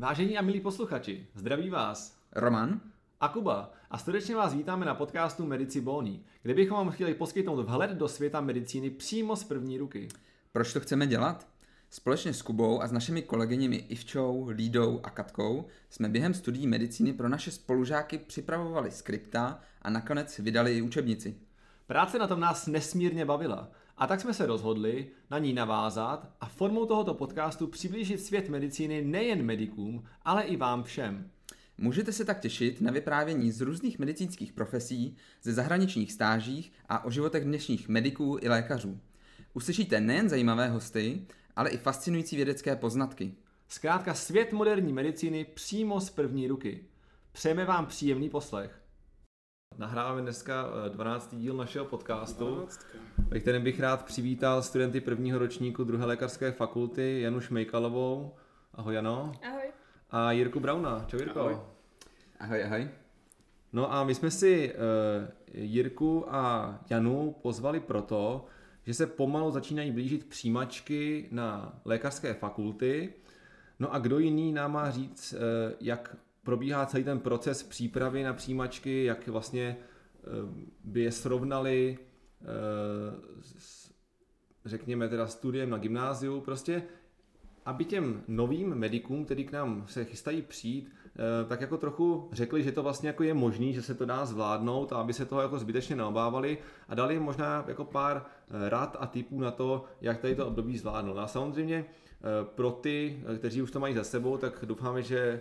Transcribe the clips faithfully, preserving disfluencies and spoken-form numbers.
Vážení a milí posluchači, zdraví vás Roman a Kuba a srdečně vás vítáme na podcastu Medici Boni, kde bychom vám chtěli poskytnout vhled do světa medicíny přímo z první ruky. Proč to chceme dělat? Společně s Kubou a s našimi kolegyněmi Ivčou, Lídou a Katkou jsme během studií medicíny pro naše spolužáky připravovali skripta a nakonec vydali i učebnici. Práce na tom nás nesmírně bavila a tak jsme se rozhodli na ní navázat a formou tohoto podcastu přiblížit svět medicíny nejen medikům, ale i vám všem. Můžete se tak těšit na vyprávění z různých medicínských profesí, ze zahraničních stážích a o životech dnešních mediků i lékařů. Uslyšíte nejen zajímavé hosty, ale i fascinující vědecké poznatky. Zkrátka svět moderní medicíny přímo z první ruky. Přejeme vám příjemný poslech. Nahráváme dneska dvanáctý díl našeho podcastu, ve kterém bych rád přivítal studenty prvního ročníku druhé lékařské fakulty Janu Šmejkalovou. Ahoj Jano. Ahoj. A Jirku Brauna. Čau Jirko. Ahoj. Ahoj, ahoj. No a my jsme si uh, Jirku a Janu pozvali proto, že se pomalu začínají blížit přijímačky na lékařské fakulty. No a kdo jiný nám má říct, uh, jak probíhá celý ten proces přípravy na přijímačky, jak vlastně uh, by je srovnali uh, s, řekněme teda studiem na gymnáziu, prostě aby těm novým medikům, kteří k nám se chystají přijít, tak jako trochu řekli, že to vlastně jako je možný, že se to dá zvládnout a aby se toho jako zbytečně neobávali a dali jim možná jako pár rad a tipů na to, jak tady to období zvládnout. A samozřejmě pro ty, kteří už to mají za sebou, tak doufáme, že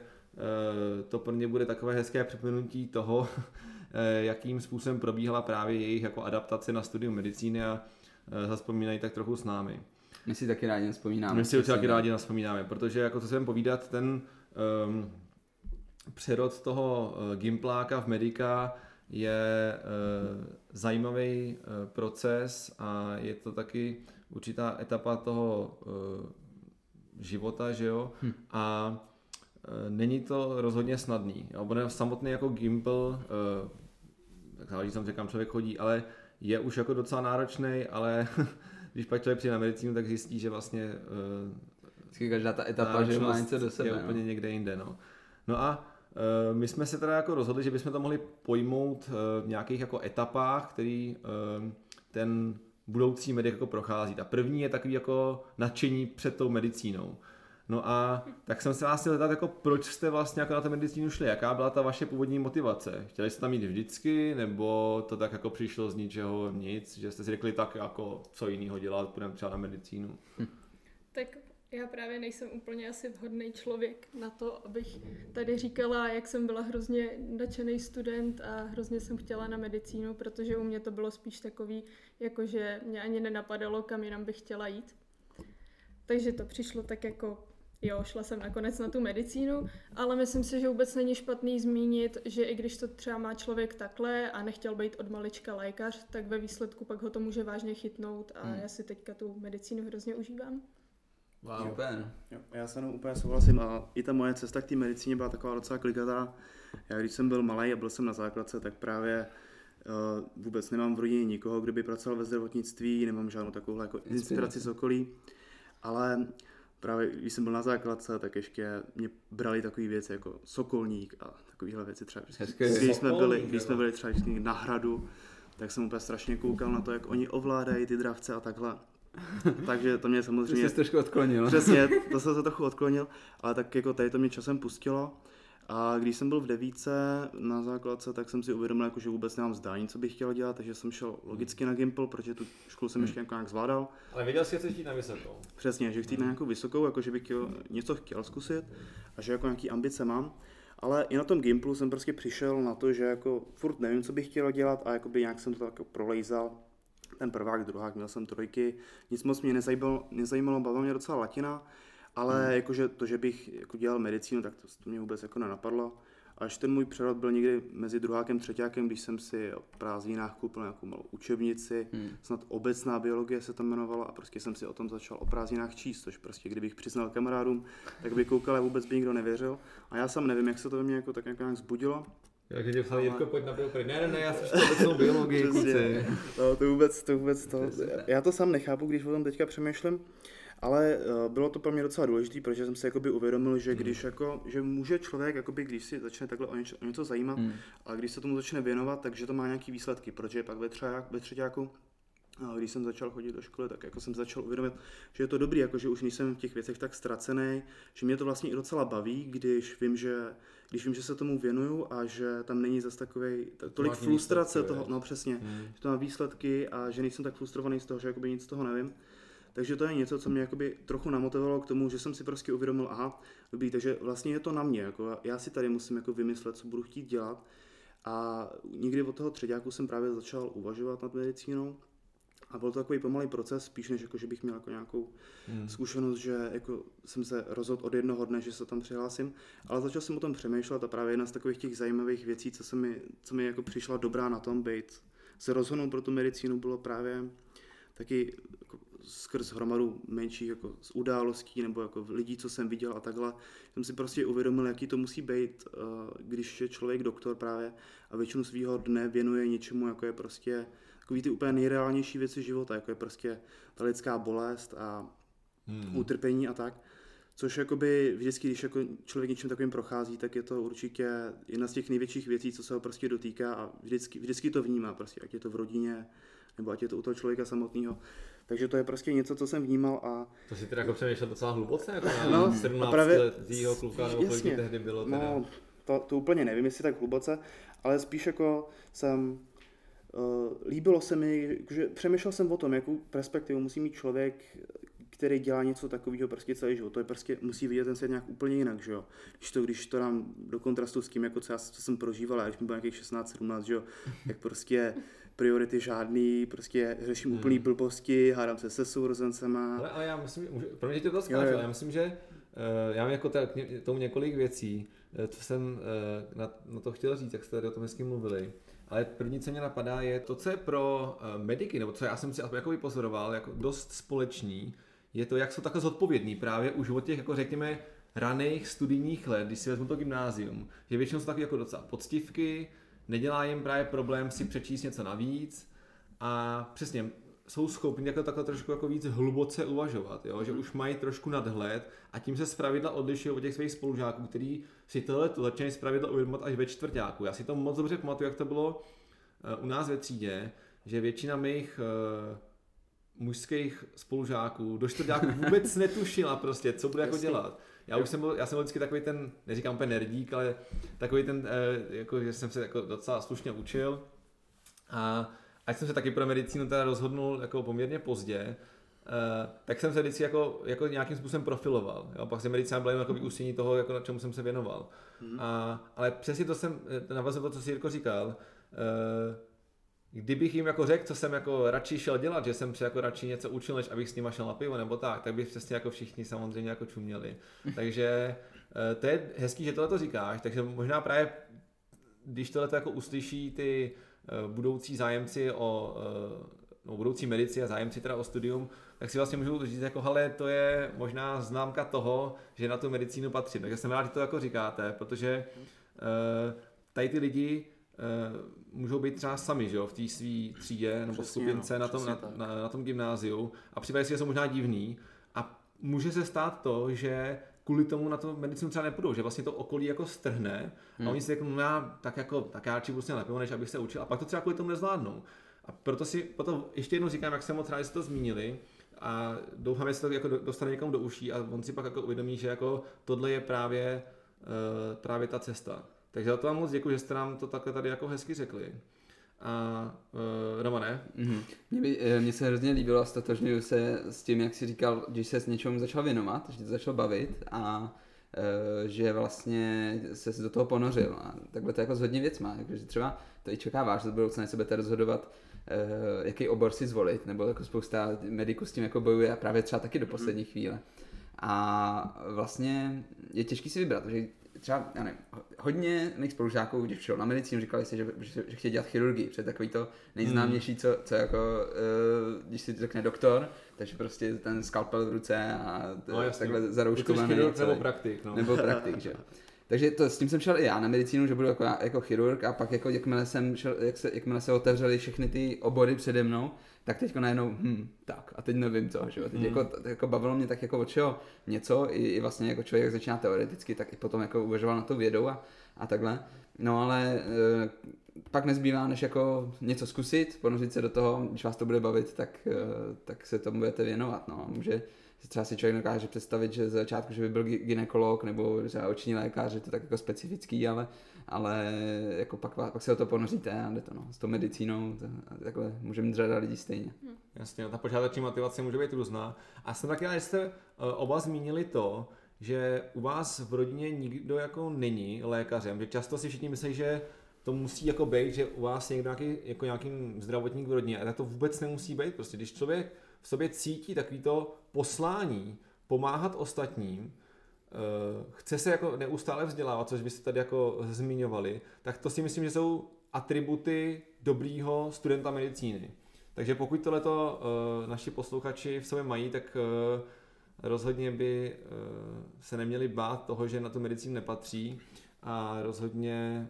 to pro ně bude takové hezké připomenutí toho, jakým způsobem probíhala právě jejich jako adaptace na studium medicíny a zazpomínají tak trochu s námi. My si taky rádi vzpomínáme. My si určitě taky rádi vzpomínáme, protože jako to se budeme povídat, ten um, přerod toho uh, gimpláka v medika je uh, zajímavý uh, proces a je to taky určitá etapa toho uh, života, že jo, hm. a uh, není to rozhodně snadný. Jo? Samotný jako gimpl, uh, tak záleží, tam kam člověk chodí, ale je už jako docela náročný, ale když pak člověk přijde na medicínu, tak zjistí, že vlastně uh, každá ta etapa, že má něco do sebe, je no. úplně někde jinde. No, no a uh, my jsme se teda jako rozhodli, že bychom to mohli pojmout uh, v nějakých jako etapách, který uh, ten budoucí medic jako prochází. Ta první je takový jako nadšení před tou medicínou. No a tak jsem se vás chtěl zeptat, jako proč jste vlastně jako na tu medicínu šli? Jaká byla ta vaše původní motivace? Chtěli jste tam jít vždycky, nebo to tak jako přišlo z ničeho nic, že jste si řekli tak jako co jiného dělat, půjdeme třeba na medicínu? Hm. Tak já právě nejsem úplně asi vhodný člověk na to, abych tady říkala, jak jsem byla hrozně nadšený student a hrozně jsem chtěla na medicínu, protože u mě to bylo spíš takový, jakože mě ani nenapadalo, kam jinam bych chtěla jít. Takže to přišlo tak jako jo, šla jsem nakonec na tu medicínu, ale myslím si, že vůbec není špatný zmínit, že i když to třeba má člověk takhle a nechtěl být od malička lékař, tak ve výsledku pak ho to může vážně chytnout a hmm. já si teďka tu medicínu hrozně užívám. Wow. Super. Jo, já se mnou úplně souhlasím a i ta moje cesta k té medicíně byla taková docela klikatá. Já když jsem byl malý a byl jsem na základce, tak právě uh, vůbec nemám v rodině nikoho, kdo by pracoval ve zdravotnictví, nemám žádnou takovou jako inspiraci z okolí, ale právě když jsem byl na základce, tak ještě mě brali takové věci jako Sokolník a takovéhle věci třeba. Když jsme byli, když jsme byli třeba na hradu, tak jsem úplně strašně koukal na to, jak oni ovládají ty dravce a takhle. Takže to mě samozřejmě... To jsi trošku odklonil. Přesně, to jsem se trochu odklonil, ale tak jako tady to mě časem pustilo. A když jsem byl v devíce na základce, tak jsem si uvědomil, jako, že vůbec nemám zdání, co bych chtěl dělat, takže jsem šel logicky na Gimpl, protože tu školu jsem ještě nějak zvládal. Ale věděl jsi, že chceš jít na vysokou. Přesně, že chci jít na nějakou vysokou, jako že bych něco chtěl zkusit a že jako nějaký ambice mám. Ale i na tom Gimplu jsem prostě přišel na to, že jako furt nevím, co bych chtěl dělat a jakoby nějak jsem to tak prolejzal. Ten prvák, druhák, měl jsem trojky, nic moc mě nezajímalo, nezajímalo bavila mě docela latina. Ale hmm. jakože to, že bych jako dělal medicínu, tak to, to mě vůbec jako nenapadlo. Až ten můj přerod byl někdy mezi druhákem a třetíákem, když jsem si o prázdninách koupil nějakou malou učebnici, hmm. snad obecná biologie se to jmenovalo a prostě jsem si o tom začal o prázdninách číst, což prostě kdybych přiznal kamarádům, tak by koukal a vůbec by nikdo nevěřil. A já sám nevím, jak se to ve mně jako tak nějak vzbudilo. Jak tě psal, Jirko, pojď na biologii. Ne, ne, ne, já jsem šel obecnou biologii, kluci. No, to vůbec, to vůbec, to, já to sám nechápu, když o tom teďka přemýšlím. Ale uh, bylo to pro mě docela důležité, protože jsem si jakoby uvědomil, že když jako, že může člověk, jakoby, když si začne takhle o něco, o něco zajímat, hmm. a když se tomu začne věnovat, takže to má nějaký výsledky, protože pak ve, třeba, ve třetíku, když jsem začal chodit do školy, tak jako jsem začal uvědomit, že je to dobrý, jako že už nejsem v těch věcech tak ztracený, že mě to vlastně i docela baví, když vím, že, když vím, že se tomu věnuju a že tam není zase takovej, tolik Máš frustrace toho, je. no přesně, hmm. že to má výsledky a že nejsem tak frustrovaný z toho, že jakoby nic z toho nevím. Takže to je něco, co mě jakoby trochu namotivovalo k tomu, že jsem si prostě uvědomil, aha, dobrý, takže vlastně je to na mě, jako já si tady musím jako vymyslet, co budu chtít dělat. A někdy od toho třetíku jsem právě začal uvažovat nad medicínou. A byl to takový pomalý proces, spíš než jako, že bych měl jako nějakou hmm. zkušenost, že jako jsem se rozhodl od jednoho dne, že se tam přihlásím, ale začal jsem o tom přemýšlet a právě jedna z takových těch zajímavých věcí, co, se mi, co mi jako přišla dobrá na tom být, se rozhodnout pro tu medicínu, bylo právě taky jako skrz hromadu menších jako z událostí nebo jako lidí, co jsem viděl a takhle. Jsem si prostě uvědomil, jaký to musí být, když je člověk doktor právě a většinu svého dne věnuje něčemu, jako je prostě takový ty úplně nejreálnější věci života, jako je prostě ta lidská bolest a hmm. utrpení a tak. Což jakoby vždycky, když jako člověk něčím takovým prochází, tak je to určitě jedna z těch největších věcí, co se ho prostě dotýká a vždycky, vždycky to vnímá, prostě, ať je to v rodině, nebo ať je to u toho člověka samotného. Takže to je prostě něco, co jsem vnímal a... To si teda jako přemýšlel docela hluboce, jako na no, sedmnáctiletýho kluka, nebo kolik tehdy bylo teda? No, to, to úplně nevím, jestli tak hluboce, ale spíš jako jsem... Uh, líbilo se mi, že přemýšlel jsem o tom, jakou perspektivu musí mít člověk, který dělá něco takového prostě celý život. To je prostě, musí vidět ten svět nějak úplně jinak, že jo. Když to, když to dám do kontrastu s tím, jako co já co jsem prožíval, když mi bylo nějakých šestnáct sedmnáct, že jo, jak prostě priority žádný, prostě řeším hmm. úplný blbosti, hádám se se sourozencema. Ale, ale já myslím, pro mě tě to skážu, já myslím, že uh, já mám jako tak, tomu několik věcí, co jsem uh, na, na to chtěl říct, jak jste tady o tom hezky mluvili. Ale první, co mě napadá, je to, co je pro uh, mediky, nebo co já jsem si jako vypozoroval, jako dost společný, je to, jak jsou takhle zodpovědní právě už od těch, jako řekněme, raných studijních let, když si vezmu to gymnázium, že většinou jsou taky jako docela poctivky, nedělá jim právě problém si přečíst něco navíc a přesně jsou schopni jako takhle trošku jako víc hluboce uvažovat, jo? Že už mají trošku nadhled a tím se zpravidla odlišují od těch svých spolužáků, kteří si tohle začínají zpravidla uvědomovat až ve čtvrťáku. Já si to moc dobře pamatuju, jak to bylo u nás ve třídě, že většina mých uh, mužských spolužáků do čtvrťáku vůbec netušila prostě, co bude jako dělat. Já už jsem byl, já jsem byl vždycky takový ten, neříkám úplně nerdík, ale takový ten, uh, jako, že jsem se jako docela slušně učil a ať jsem se taky pro medicínu teda rozhodnul jako poměrně pozdě, Uh, tak jsem se vždycky jako, jako nějakým způsobem profiloval. Jo? Pak se medicína byla jen jako vyústění toho, jako na čemu jsem se věnoval. Hmm. A, ale přesně to jsem, navazuji to, co si Jirko říkal, uh, kdybych jim jako řekl, co jsem jako radši šel dělat, že jsem se jako radši něco učil, než abych s nima šel na pivo nebo tak, tak by přesně jako všichni samozřejmě jako čuměli. Takže uh, to je hezký, že tohle to říkáš, takže možná právě, když tohle jako uslyší ty uh, budoucí zájemci o uh, no, budoucí medici a zájemci teda o studium, tak si vlastně můžu říct jako, hele, to je možná známka toho, že na tu medicínu patřím. Takže jsem rád, že to jako říkáte, protože uh, tady ty lidi uh, můžou být třeba sami, že jo, v té své třídě nebo přesně, skupince no, na, tom, na, na, na tom gymnáziu a připadají si, že jsou možná divný a může se stát to, že kvůli tomu na to medicínu třeba nepůjdou, že vlastně to okolí jako strhne hmm. a oni si řeknou, no já tak jako, tak já radši budu na pivo, než abych se učil a pak to třeba kvůli tomu nezvládnou. A proto si potom ještě jednou říkám, jak jsem moc rád, že jste to zmínili a doufám, že se to jako dostane někomu do uší a on si pak jako uvědomí, že jako tohle je právě, uh, právě ta cesta. Takže za to vám moc děkuji, že jste nám to takhle tady jako hezky řekli. A uh, Romane? Mm-hmm. Mně, by, mně se hrozně líbilo a stotožňuji se s tím, jak jsi říkal, když se s něčemu začal věnovat, že to začal bavit a uh, že vlastně se do toho ponořil. A takhle to jako s hodně věcma, takže třeba to i čekáváš, že do budoucna se budete rozhodovat, Uh, jaký obor si zvolit, nebo jako spousta mediků s tím jako bojuje a právě třeba taky do poslední chvíle. A vlastně je těžký si vybrat, protože třeba, já nevím, hodně mých spolužáků, když přišel na medicínu, říkali si, že, že, že chtějí dělat chirurgii, protože takový to nejznámější, co, co jako, uh, když si řekne doktor, takže prostě ten skalpel v ruce a to, no, takhle zarouškovaný. Nebo praktik, no. Nebo praktik, že jo. Takže to, s tím jsem šel i já na medicínu, že budu jako, jako chirurg a pak jako jakmile, jsem šel, jak se, jakmile se otevřely všechny ty obory přede mnou, tak teďko najednou, hm, tak a teď nevím co, že jo, teď mm. jako, jako bavilo mě tak jako od čeho něco, i, i vlastně jako člověk začíná teoreticky, tak i potom jako uvažoval na to vědou a, a takhle, no ale e, pak nezbývá než jako něco zkusit, ponořit se do toho, když vás to bude bavit, tak, e, tak se tomu budete věnovat, no, může třeba si člověk dokáže představit, že za začátku, že by byl gynekolog nebo třeba oční lékař, je to tak jako specifický, ale, ale jako pak, pak se o to ponoříte a jde to, no. S tou medicínou to, takhle může mít řada lidí stejně. Jasně, ta počáteční motivace může být různá. A jsem taky rád, že jste oba zmínili to, že u vás v rodině nikdo jako není lékařem, že často si všichni myslí, že to musí jako být, že u vás je někdo nějaký, jako nějaký zdravotník v rodině, a tak to vůbec nemusí být. Prostě když člověk v sobě cítí takovýto poslání pomáhat ostatním, chce se jako neustále vzdělávat, což byste tady jako zmiňovali, tak to si myslím, že jsou atributy dobrýho studenta medicíny. Takže pokud tohleto naši posluchači v sobě mají, tak rozhodně by se neměli bát toho, že na tu medicínu nepatří a rozhodně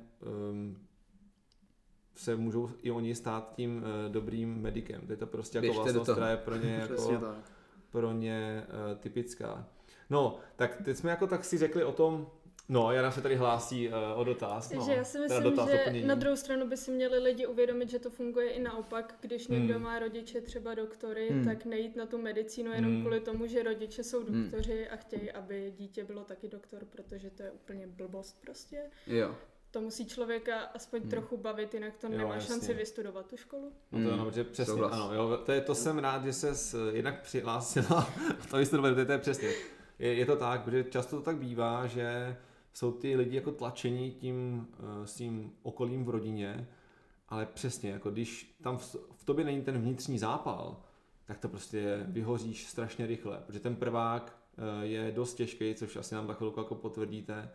se můžou i oni stát tím uh, dobrým medikem. To je to prostě jako vlastnost, která je pro ně, jako, pro ně uh, typická. No, tak teď jsme jako tak si řekli o tom, no, Jana se tady hlásí uh, o dotaz. No, že já si myslím, dotaz, že doplnění. na druhou stranu by si měli lidi uvědomit, že to funguje i naopak. Když někdo hmm. má rodiče třeba doktory, hmm. tak nejít na tu medicínu jenom hmm. kvůli tomu, že rodiče jsou doktoři hmm. a chtějí, aby dítě bylo taky doktor, protože to je úplně blbost prostě. Jo. To musí člověka aspoň hmm. trochu bavit, jinak to jo, nemá jasně. šanci vystudovat tu školu. No to ano, protože přesně, Souhlas. ano, jo, to, je, to jsem rád, že ses jednak přihlásila a to vystudovat, to je přesně. Je, je to tak, protože často to tak bývá, že jsou ty lidi jako tlačení tím uh, svým okolím v rodině, ale přesně, jako když tam v, v tobě není ten vnitřní zápal, tak to prostě vyhoříš strašně rychle, protože ten prvák uh, je dost těžký, což asi nám za chvilku jako potvrdíte.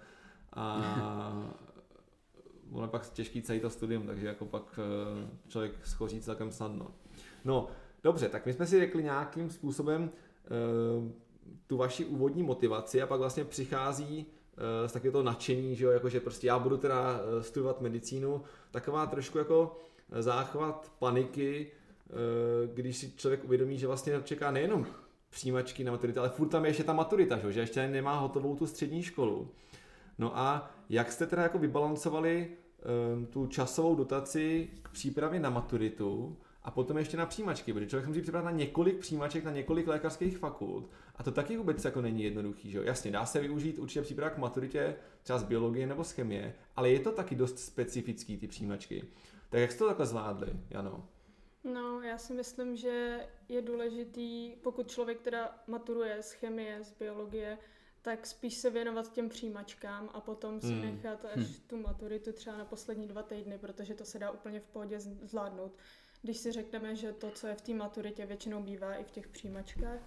A ono je pak těžký celý to studium, takže jako pak člověk schoří celkem snadno. No, dobře, tak my jsme si řekli nějakým způsobem uh, tu vaši úvodní motivaci a pak vlastně přichází uh, z takového nadšení, že jo, jako že prostě já budu teda studovat medicínu, taková trošku jako záchvat paniky, uh, když si člověk uvědomí, že vlastně čeká nejenom přijímačky na maturitu, ale furt tam je ještě ta maturita, že, že ještě nemá hotovou tu střední školu. No a jak jste teda jako vybalancovali um, tu časovou dotaci k přípravě na maturitu a potom ještě na přijímačky, protože člověk musí připravit na několik přijímaček na několik lékařských fakult a to taky vůbec jako není jednoduchý, že jo? Jasně, dá se využít určitě příprava k maturitě třeba z biologie nebo z chemie, ale je to taky dost specifický ty přijímačky. Tak jak jste to takhle zvládli, Jano? No, já si myslím, že je důležitý, pokud člověk teda maturuje z chemie, z biologie, tak spíš se věnovat těm přijímačkám a potom si hmm. nechat až hmm. tu maturitu třeba na poslední dva týdny, protože to se dá úplně v pohodě zvládnout. Když si řekneme, že to, co je v té maturitě, většinou bývá i v těch přijímačkách.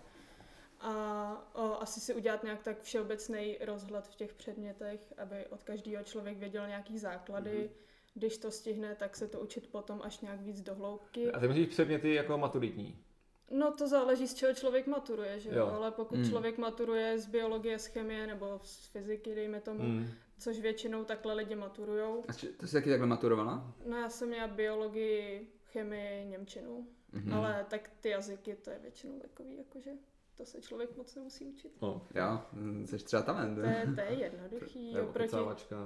A o, asi si udělat nějak tak všeobecný rozhled v těch předmětech, aby od každého člověk věděl nějaký základy. Hmm. Když to stihne, tak se to učit potom až nějak víc do hloubky. A ty myslíš předměty jako maturitní? No to záleží, z čeho člověk maturuje, že jo? Ale pokud mm. člověk maturuje z biologie, z chemie nebo z fyziky, dejme tomu, mm. což většinou takhle lidi maturujou. A ty jsi taky takhle maturovala? No já jsem měla biologii, chemii, němčinu, mm-hmm. ale tak ty jazyky, to je většinou takový, jakože to se člověk moc nemusí učit. Oh. Jo, jsi třeba talent. To je, to je jednoduchý. Nebo oproti...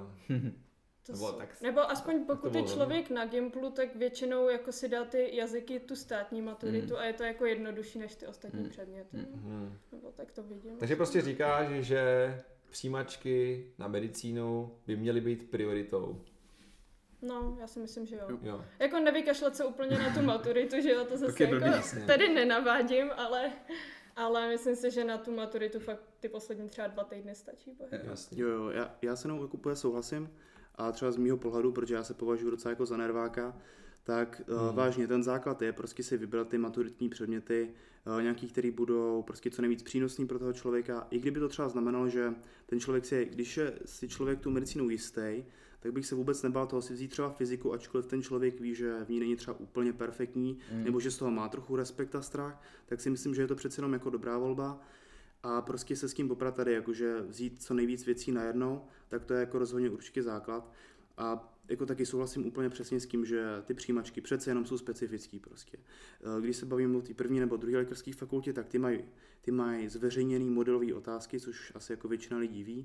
To nebo, tak, nebo aspoň pokud je člověk na Gimplu, tak většinou jako si dá ty jazyky tu státní maturitu mm. a je to jako jednodušší než ty ostatní mm. předměty. Mm. Nebo tak to vidím. Takže prostě říkáš, že přijímačky na medicínu by měly být prioritou. No, já si myslím, že jo. jo. Jako nevykašlat se úplně na tu maturitu, že jo, to zase jako tady nenavádím, ale... Ale myslím si, že na tu maturitu fakt ty poslední třeba dva týdny stačí. Jasně. Jo, jo, já, já se jenom úplně souhlasím a třeba z mýho pohledu, protože já se považuji docela jako za nerváka, tak hmm. uh, vážně ten základ je prostě si vybrat ty maturitní předměty, uh, nějaký, který budou prostě co nejvíc přínosný pro toho člověka. I kdyby to třeba znamenalo, že ten člověk si, když je si člověk tu medicínu jistý, tak bych se vůbec nebál toho si vzít třeba fyziku, ačkoliv ten člověk ví, že v ní není třeba úplně perfektní, mm. nebo že z toho má trochu respekt a strach, tak si myslím, že je to přece jenom jako dobrá volba. a prostě se s tím poprat tady, jakože vzít co nejvíc věcí najednou, tak to je jako rozhodně určitě základ. A jako taky souhlasím úplně přesně s tím, že ty přijímačky přece jenom jsou specifický prostě. Když se bavíme o té první nebo druhé lékařské fakultě, tak ty mají ty mají zveřejněný modelové otázky, což asi jako většina lidí ví.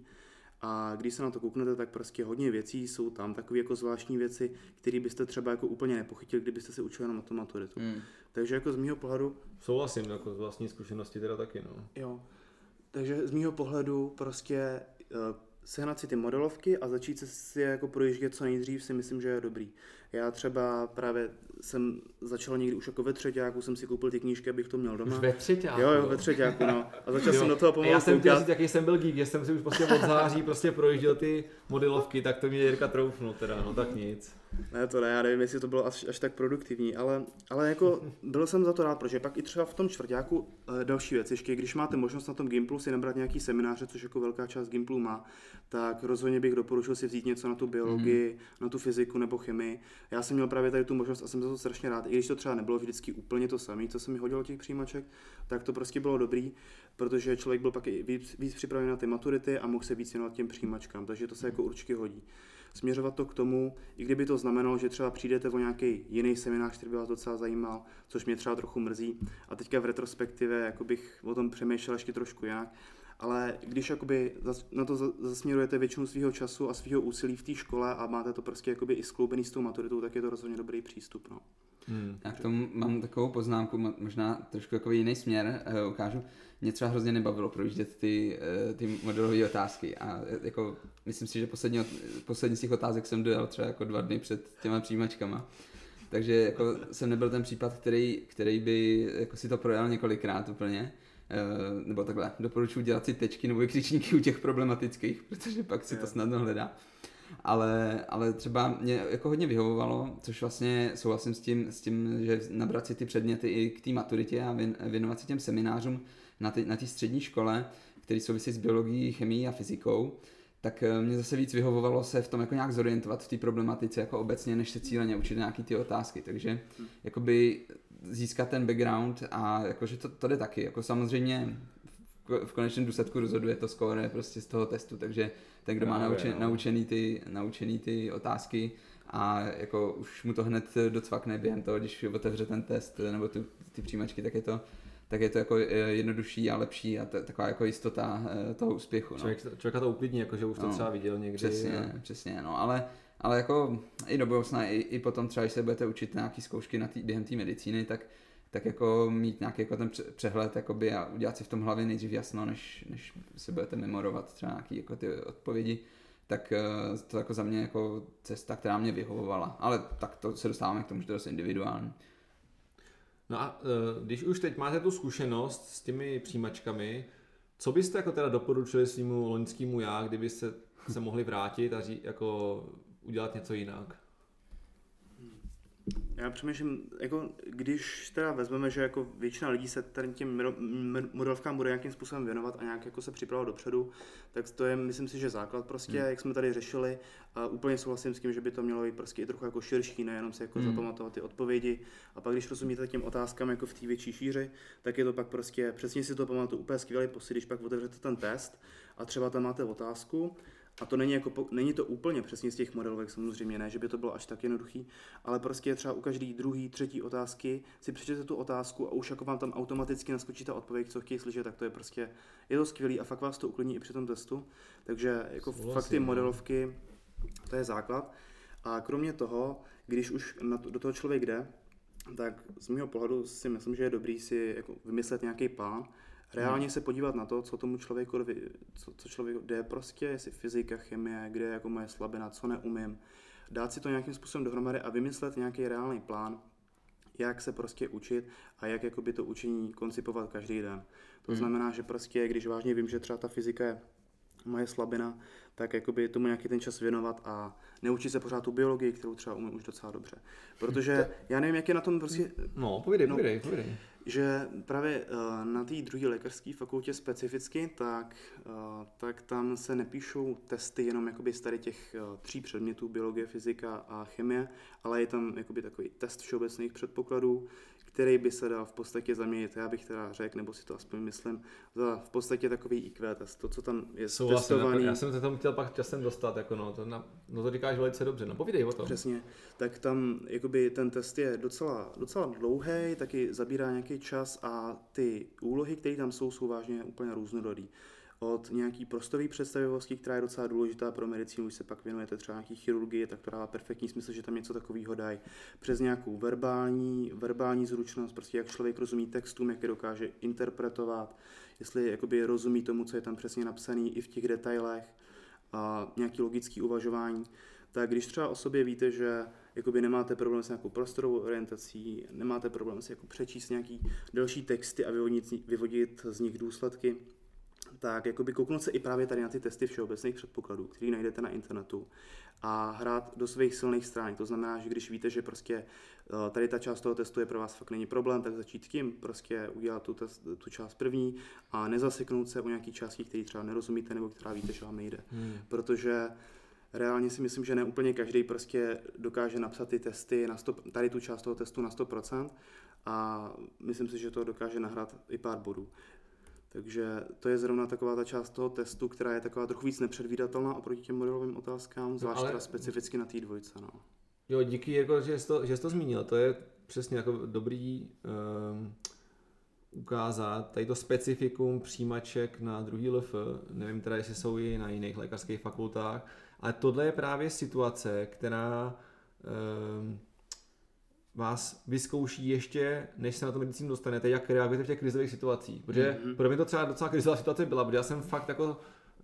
A když se na to kouknete, tak prostě hodně věcí jsou tam, takové jako zvláštní věci, které byste třeba jako úplně nepochytili, kdybyste se učili jenom na tu maturitu. Mm. Takže jako z mýho pohledu... Souhlasím, jako z vlastní zkušenosti teda taky, no. Jo. Takže z mýho pohledu prostě uh, sehnat si ty modelovky a začít se si jako projíždět co nejdřív si myslím, že je dobrý. Já třeba právě jsem začal někdy už jako ve třetíku, jsem si koupil ty knížky, abych to měl doma. Už ve třetíku? Jo, jo, ve třetíku, no. A začal jo. jsem do toho pomalu Já jsem koukat. říct, jaký jsem byl geek, že jsem si už prostě od září prostě projížděl ty modelovky, tak to mě Jirka troufnul teda, no tak nic. Ne, to ne, já nevím, jestli to bylo až, až tak produktivní, ale, ale jako byl jsem za to rád, protože pak i třeba v tom čtvrťáku e, další věc, ještě když máte možnost na tom Gimplu si nabrat nějaký semináře, což jako velká část Gimplu má, tak rozhodně bych doporučil si vzít něco na tu biologii, mm. na tu fyziku nebo chemii. Já jsem měl právě tady tu možnost a jsem za to strašně rád, i když to třeba nebylo vždycky úplně to samé, co se mi hodilo těch přijímaček, tak to prostě bylo dobrý, protože člověk byl pak i víc, víc připraven na ty maturity a mohl se víc věnovat těm přijímačkám, takže to se jako určitě hodí. Směřovat to k tomu, i kdyby to znamenalo, že třeba přijdete o nějaký jiný seminář, který by vás docela zajímal, což mě třeba trochu mrzí. A teďka v retrospektivě jako bych o tom přemýšlel ještě trošku jinak. Ale když jakoby na to zasměrujete většinu svého času a svého úsilí v té škole a máte to prostě jakoby i skloubený s tou maturitou, tak je to rozhodně dobrý přístup. No. Hmm. Já k tomu mám takovou poznámku, možná trošku jako jiný směr, uh, ukážu. Mě třeba hrozně nebavilo projíždět ty, uh, ty modelové otázky a jako myslím si, že poslední, poslední z těch otázek jsem dojel třeba jako dva dny před těma přijímačkama. Takže jako jsem nebyl ten případ, který, který by jako si to projel několikrát úplně. Uh, nebo takhle, doporučuji dělat si tečky nebo křičníky u těch problematických, protože pak si to snadno hledá. Ale, ale třeba mě jako hodně vyhovovalo, což vlastně souhlasím s tím, s tím, že nabrat si ty předměty i k té maturitě a věnovat se těm seminářům na té na střední škole, který souvisí s biologií, chemií a fyzikou, tak mě zase víc vyhovovalo se v tom jako nějak zorientovat v té problematice jako obecně, než se cíleně učit nějaký ty otázky. Takže jakoby získat ten background a jakože to, to jde taky. Jako samozřejmě v konečném důsledku rozhoduje to skóre prostě z toho testu, takže ten, kdo má no, naučen, no. naučený, ty, naučený ty otázky a jako už mu to hned docvakne během toho, když otevře ten test nebo ty, ty přijímačky, tak je to tak je to jako jednodušší a lepší a t- taková jako jistota toho úspěchu. No. Člověk, člověka to uklidní, jako že už to no, třeba viděl někdy. Přesně, a... přesně, no, ale, ale jako i do budoucna, i, i potom třeba, když se budete učit nějaký zkoušky na tý, během té medicíny, tak tak jako mít nějaký jako ten přehled jakoby, a udělat si v tom hlavě nejdřív jasno, než, než se budete memorovat třeba nějaký jako ty odpovědi, tak to jako za mě jako cesta, která mě vyhovovala. Ale tak to se dostáváme k tomu, že to je dost individuální. No a když už teď máte tu zkušenost s těmi přijímačkami, co byste jako teda doporučili svýmu loňskému já, kdybyste se mohli vrátit a ří, jako udělat něco jinak? Já přemýšlím, jako když teda vezmeme, že jako většina lidí se tady těm modelovkám bude nějakým způsobem věnovat a nějak jako se připravovat dopředu, tak to je, myslím si, že základ prostě, hmm. jak jsme tady řešili, a úplně souhlasím s tím, že by to mělo být prostě i trochu jako širší, nejenom si jako hmm. zapamatovat ty odpovědi. A pak když rozumíte těm otázkám jako v té větší šíři, tak je to pak prostě, přesně si to pamatuju, úplně skvělý pocit, když pak otevřete ten test a třeba tam máte otázku. A to není, jako, není to úplně přesně z těch modelovek, samozřejmě ne, že by to bylo až tak jednoduchý, ale prostě třeba u každý druhý, třetí otázky si přečtěte tu otázku a už jako vám tam automaticky naskočí ta odpověď, co chtějí slyšet, tak to je prostě, je to skvělý a fakt vás to uklidní i při tom testu, takže jako Souhlasím, fakt ty modelovky, to je základ. A kromě toho, když už na to, do toho člověk jde, tak z mého pohledu si myslím, že je dobrý si jako vymyslet nějaký plán, reálně se podívat na to, co tomu člověku, co, co člověku jde prostě, jestli fyzika, chemie, kde je jako moje slabina, co neumím. Dát si to nějakým způsobem dohromady a vymyslet nějaký reálný plán, jak se prostě učit a jak jakoby to učení koncipovat každý den. To hmm. znamená, že prostě, když vážně vím, že třeba ta fyzika je moje slabina, tak jakoby tomu nějaký ten čas věnovat a neučit se pořád tu biologii, kterou třeba umím už docela dobře. Protože já nevím, jak je na tom prostě... No, povídej, no, povídej, povídej. Že právě uh, na té druhé lékařské fakultě specificky, tak, uh, tak tam se nepíšou testy jenom jakoby z tady těch uh, tří předmětů, biologie, fyzika a chemie, ale je tam jakoby takový test všeobecných předpokladů, který by se dal v podstatě zaměnit, já bych teda řekl, nebo si to aspoň myslím, za v podstatě takový I Q test, to, co tam je Souhlasím, testovaný. Já jsem se tam chtěl pak časem dostat, jako no, to, na, no to říkáš velice dobře, no povídej o tom. Přesně, tak tam jakoby ten test je docela, docela dlouhý, taky zabírá nějaký čas a ty úlohy, které tam jsou, jsou vážně úplně různorodý. Od nějaký prostorové představivosti, která je docela důležitá pro medicínu, když se pak věnujete třeba nějaký chirurgii, tak to dává perfektní smysl, že tam něco takového dají. Přes nějakou verbální, verbální zručnost, prostě jak člověk rozumí textům, jak je dokáže interpretovat, jestli jakoby rozumí tomu, co je tam přesně napsaný i v těch detailech, a nějaký logický uvažování. Tak když třeba o sobě víte, že jakoby nemáte problém s nějakou prostorovou orientací, nemáte problém si jako přečíst nějaký delší texty a vyvodit, vyvodit z nich důsledky, tak jakoby kouknout se i právě tady na ty testy všeobecných předpokladů, který najdete na internetu a hrát do svých silných stránek. To znamená, že když víte, že prostě tady ta část toho testu je pro vás fakt není problém, tak začít tím, prostě udělat tu, test, tu část první a nezaseknout se o nějaký části, který třeba nerozumíte nebo která víte, že vám nejde. Hmm. Protože reálně si myslím, že ne úplně každý prostě dokáže napsat ty testy, na sto, tady tu část toho testu na sto procent a myslím si, že to dokáže nahrát i pár bodů. Takže to je zrovna taková ta část toho testu, která je taková trochu víc nepředvídatelná oproti těm modelovým otázkám, zvlášť no, ale... teda specificky na té dvojce. No. Jo, díky, jako, že, jsi to, že jsi to zmínil, to je přesně jako dobrý um, ukázat tady to specifikum přijímaček na druhý L F, nevím teda, jestli jsou i na jiných lékařských fakultách, ale tohle je právě situace, která um, vás vyzkouší ještě, než se na tu medicínu dostanete, jak reagujete v těch krizových situacích. Protože mm-hmm. pro mě to třeba docela krizová situace byla, protože já jsem fakt jako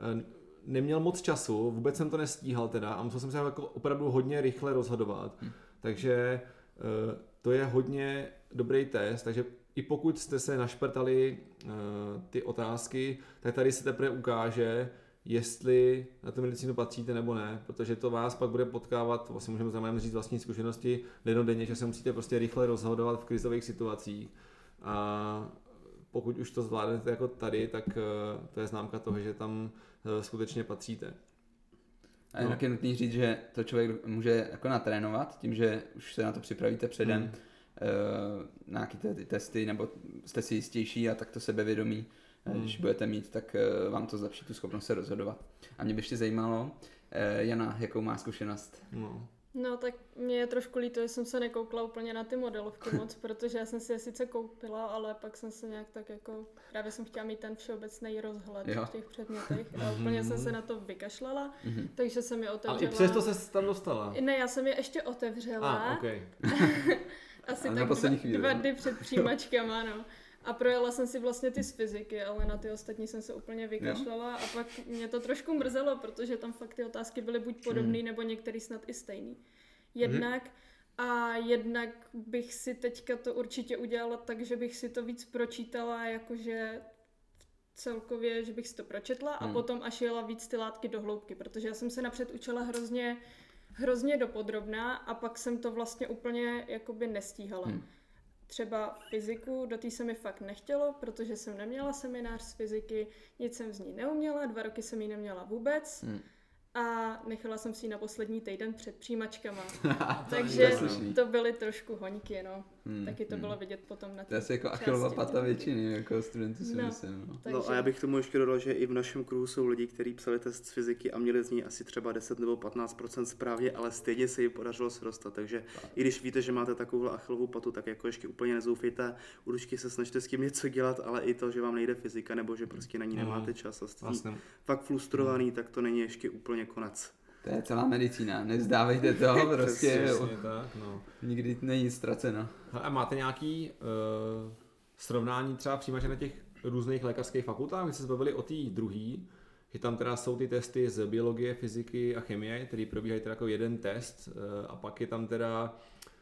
neměl moc času, vůbec jsem to nestíhal teda a musel jsem se jako opravdu hodně rychle rozhodovat. Mm. Takže to je hodně dobrý test, takže i pokud jste se našprtali ty otázky, tak tady se teprve ukáže, jestli na tu medicínu patříte nebo ne, protože to vás pak bude potkávat, vlastně můžeme znamenat říct vlastní zkušenosti dennodenně, že se musíte prostě rychle rozhodovat v krizových situacích a pokud už to zvládnete jako tady, tak to je známka toho, že tam skutečně patříte. A jinak no. je nutný říct, že to člověk může jako natrénovat tím, že už se na to připravíte předem, hmm. na nějaké ty testy, nebo jste si jistější a tak to sebevědomí. Hmm. Když budete mít, tak vám to zlepší tu schopnost se rozhodovat. A mě by ještě zajímalo, Jana, jakou má zkušenost? No. No tak mě je trošku líto, že jsem se nekoukla úplně na ty modelovky moc, protože já jsem si je sice koupila, ale pak jsem se nějak tak jako, právě jsem chtěla mít ten všeobecný rozhled jo. v těch předmětech a úplně jsem se na to vykašlala, mm-hmm. takže jsem je otevřela. Ale i přesto se tam dostala? Ne, já jsem je ještě otevřela. Ah, okay. Asi tak dva, dva dny před přijímačkama, no. A projela jsem si vlastně ty z fyziky, ale na ty ostatní jsem se úplně vykašlala a pak mě to trošku mrzelo, protože tam fakt ty otázky byly buď podobný, mm. nebo některý snad i stejný. Jednak mm. a jednak bych si teďka to určitě udělala tak, že bych si to víc pročítala, jakože celkově, že bych si to pročetla a mm. potom až jela víc ty látky do hloubky, protože já jsem se napřed učila hrozně, hrozně dopodrobná a pak jsem to vlastně úplně jakoby nestíhala. Mm. Třeba fyziku, do té se mi fakt nechtělo, protože jsem neměla seminář z fyziky, nic jsem z ní neuměla, dva roky jsem ji neměla vůbec hmm. a nechala jsem si ji na poslední týden před přijímačkama. Takže to byly trošku hoňky, no. Hmm. Taky to bylo vidět potom na té To je asi jako Achillova pata většiny, jako studentů si no, myslím. No. Takže... no a já bych tomu ještě dodal, že i v našem kruhu jsou lidi, kteří psali test z fyziky a měli z ní asi třeba deset nebo patnáct procent správně, ale stejně se jim podařilo se dostat. Takže tak. i když víte, že máte takovou Achillovou patu, tak jako ještě úplně nezoufejte, určitě se snažte s tím něco dělat, ale i to, že vám nejde fyzika nebo že prostě na ní nemáte čas a jste vlastně. fakt frustrovaný, hmm. tak to není ještě úplně konec. To je celá medicína, nevzdávejte to, prostě Přesně, tak, no. nikdy není nic ztraceno. A máte nějaký uh, srovnání třeba přijímače na těch různých lékařských fakultách? My jsme se bavili o té druhé, že tam teda jsou ty testy z biologie, fyziky a chemie, které probíhají teda jako jeden test uh, a pak je tam teda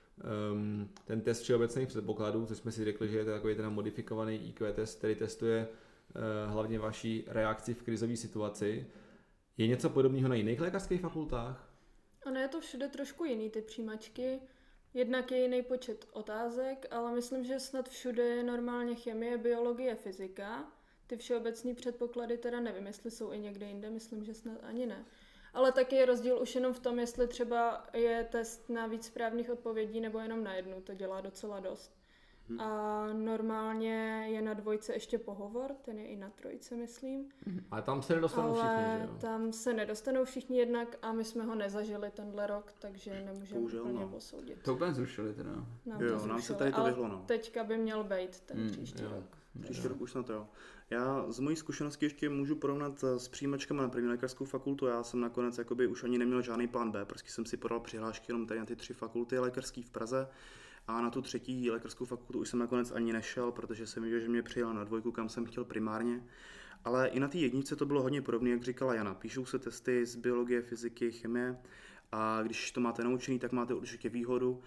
um, ten test všeobecných předpokladů, což jsme si řekli, že je to takový teda modifikovaný I Q test, který testuje uh, hlavně vaši reakci v krizové situaci. Je něco podobného na jiných lékařských fakultách? Ono je to všude trošku jiný, ty přijímačky. Jednak je jiný počet otázek, ale myslím, že snad všude je normálně chemie, biologie, fyzika. Ty všeobecné předpoklady teda nevím, jestli jsou i někde jinde, myslím, že snad ani ne. Ale taky je rozdíl už jenom v tom, jestli třeba je test na víc správných odpovědí nebo jenom na jednu, to dělá docela dost. Hmm. A normálně je na dvojce ještě pohovor, ten je i na trojce, myslím. Ale tam se nedostanou Ale všichni, že jo? tam se nedostanou všichni jednak a my jsme ho nezažili tenhle rok, takže nemůžeme Bohužel, úplně no. posoudit. To úplně zrušili teda. Nám Jo, to zrušili, nám se tady to ale vyhlo, no. teďka by měl být ten Hmm, příští jo. rok. Příští rok už na to, jo. Já z mojí zkušenosti ještě můžu porovnat s přijímačkami na první lékařskou fakultu. Já jsem nakonec jakoby už ani neměl žádný plán B, prostě jsem si podal přihlášky jenom tady na ty tři fakulty lékařské v Praze a na tu třetí lékařskou fakultu už jsem nakonec ani nešel, protože jsem viděl, že mě přijal na dvojku, kam jsem chtěl primárně. Ale i na té jedničce to bylo hodně podobné, jak říkala Jana. Píšou se testy z biologie, fyziky, chemie a když to máte naučený, tak máte určitě výhodu.